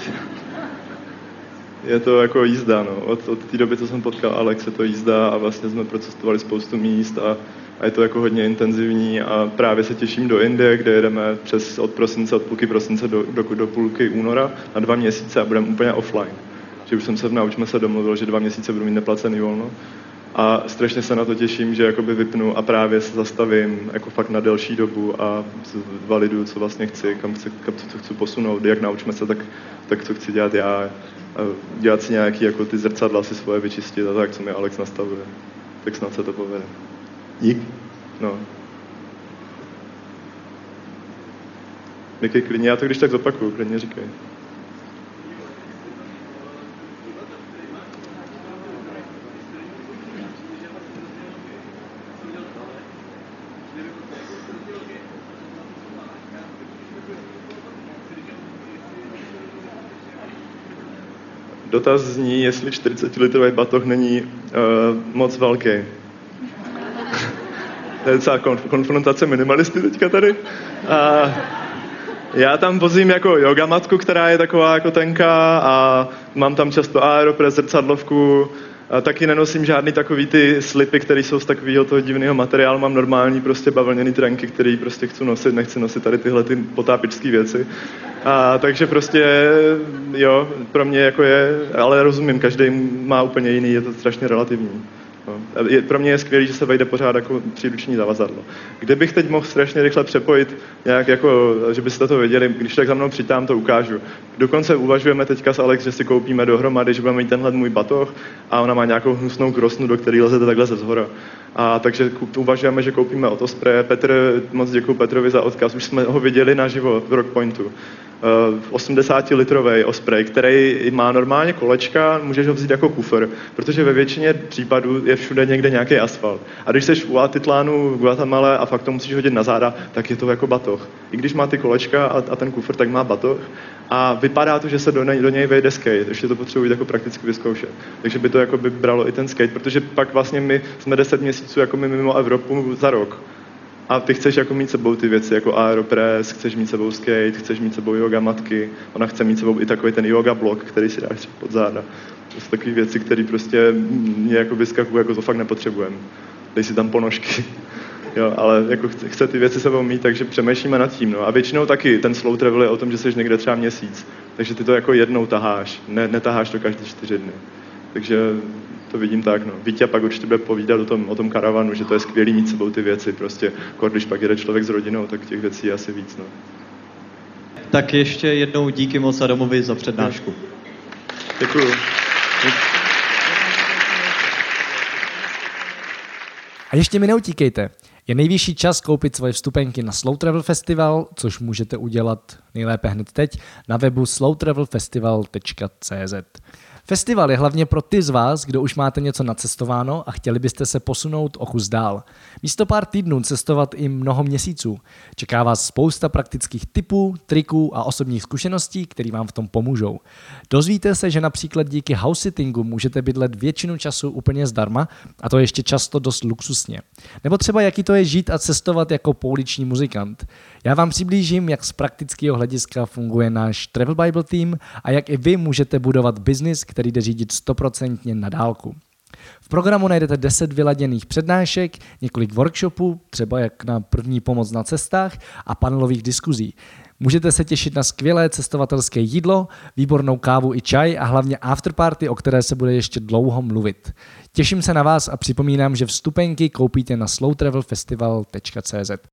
Je to jako jízda, no. Od té doby, co jsem potkal Alex, je to jízda a vlastně jsme procestovali spoustu míst a je to jako hodně intenzivní a právě se těším do Indie, kde jedeme od půlky prosince do půlky února na 2 měsíce a budeme úplně offline. Že už jsem se v Naučme se domluvil, že 2 měsíce budu mít neplacený volno a strašně se na to těším, že jakoby vypnu a právě se zastavím jako fakt na delší dobu a validuju, co vlastně chci, co chci posunout, jak Naučme se, tak co chci dělat já. A dělat si nějaký jako ty zrcadla, si svoje vyčistit a tak, co mi Alex nastavuje. Tak snad se to povede. Dík. No. Jaký klidně, já to když tak zopakuju, klidně říkej. Dotaz zní, jestli 40-litrový batoh není moc velký. To je docela konfrontace minimalisty teďka tady. A já tam vozím jako yogamatku, která je taková jako tenká a mám tam často aeropress, zrcadlovku. A taky nenosím žádný takový ty slipy, které jsou z takového toho divného materiálu. Mám normální prostě bavlněný trenky, který prostě chci nosit, nechci nosit tady tyhle ty potápičské věci. A takže prostě, jo, pro mě jako je, ale rozumím, každý má úplně jiný, je to strašně relativní. No. Pro mě je skvělý, že se vejde pořád jako příruční zavazadlo. Kde bych teď mohl strašně rychle přepojit, nějak jako, že byste to věděli, když tak za mnou přijďte, to ukážu. Dokonce uvažujeme teďka s Alex, že si koupíme dohromady, že budeme mít tenhle můj batoh a ona má nějakou hnusnou krosnu, do které lezete takhle ze zhora. A takže uvažujeme, že koupíme od Ospreje. Petr, moc děkuji Petrovi za odkaz, už jsme ho viděli naživo v Rockpointu. 80-litrový Osprey, který má normálně kolečka, můžeš ho vzít jako kufr, protože ve většině případů je všude někde nějaký asfalt. A když jsi u Atitlánu v Guatemala a fakt to musíš hodit na záda, tak je to jako batoh. I když má ty kolečka a ten kufr, tak má batoh. A vypadá to, že se do něj vejde skate, ještě to potřebuji jako prakticky vyzkoušet. Takže by to jako by bralo i ten skate, protože pak vlastně my jsme 10 měsíců jako mimo Evropu za rok. A ty chceš jako mít sebou ty věci, jako aeropress, chceš mít sebou skate, chceš mít sebou yoga matky, ona chce mít sebou i takový ten yoga blok, který si dáš pod záda. To jsou takové věci, které prostě mě jako vyskakují, jako to fakt nepotřebujeme. Dej si tam ponožky. Jo, ale jako chce ty věci sebou mít, takže přemýšlíme nad tím. No. A většinou taky ten slow travel je o tom, že jsi někde třeba měsíc. Takže ty to jako jednou taháš, netaháš to každý 4 dny. Takže to vidím tak, no. Vítě pak určitě bude povídat o tom karavanu, že to je skvělý mít sebou ty věci, prostě, když pak jede člověk s rodinou, tak těch věcí je asi víc, no. Tak ještě jednou díky moc Adamovi za přednášku. Děkuju. A ještě mi neutíkejte. Je nejvyšší čas koupit svoje vstupenky na Slow Travel Festival, což můžete udělat nejlépe hned teď na webu slowtravelfestival.cz. Festival je hlavně pro ty z vás, kdo už máte něco nacestováno a chtěli byste se posunout o kus dál. Místo pár týdnů cestovat i mnoho měsíců. Čeká vás spousta praktických tipů, triků a osobních zkušeností, které vám v tom pomůžou. Dozvíte se, že například díky house-sittingu můžete bydlet většinu času úplně zdarma, a to ještě často dost luxusně. Nebo třeba jaký to je žít a cestovat jako pouliční muzikant. Já vám přiblížím, jak z praktického hlediska funguje náš Travel Bible tým a jak i vy můžete budovat biznis, který jde řídit 100% na dálku. V programu najdete 10 vyladěných přednášek, několik workshopů, třeba jak na první pomoc na cestách a panelových diskuzí. Můžete se těšit na skvělé cestovatelské jídlo, výbornou kávu i čaj a hlavně afterparty, o které se bude ještě dlouho mluvit. Těším se na vás a připomínám, že vstupenky koupíte na slowtravelfestival.cz.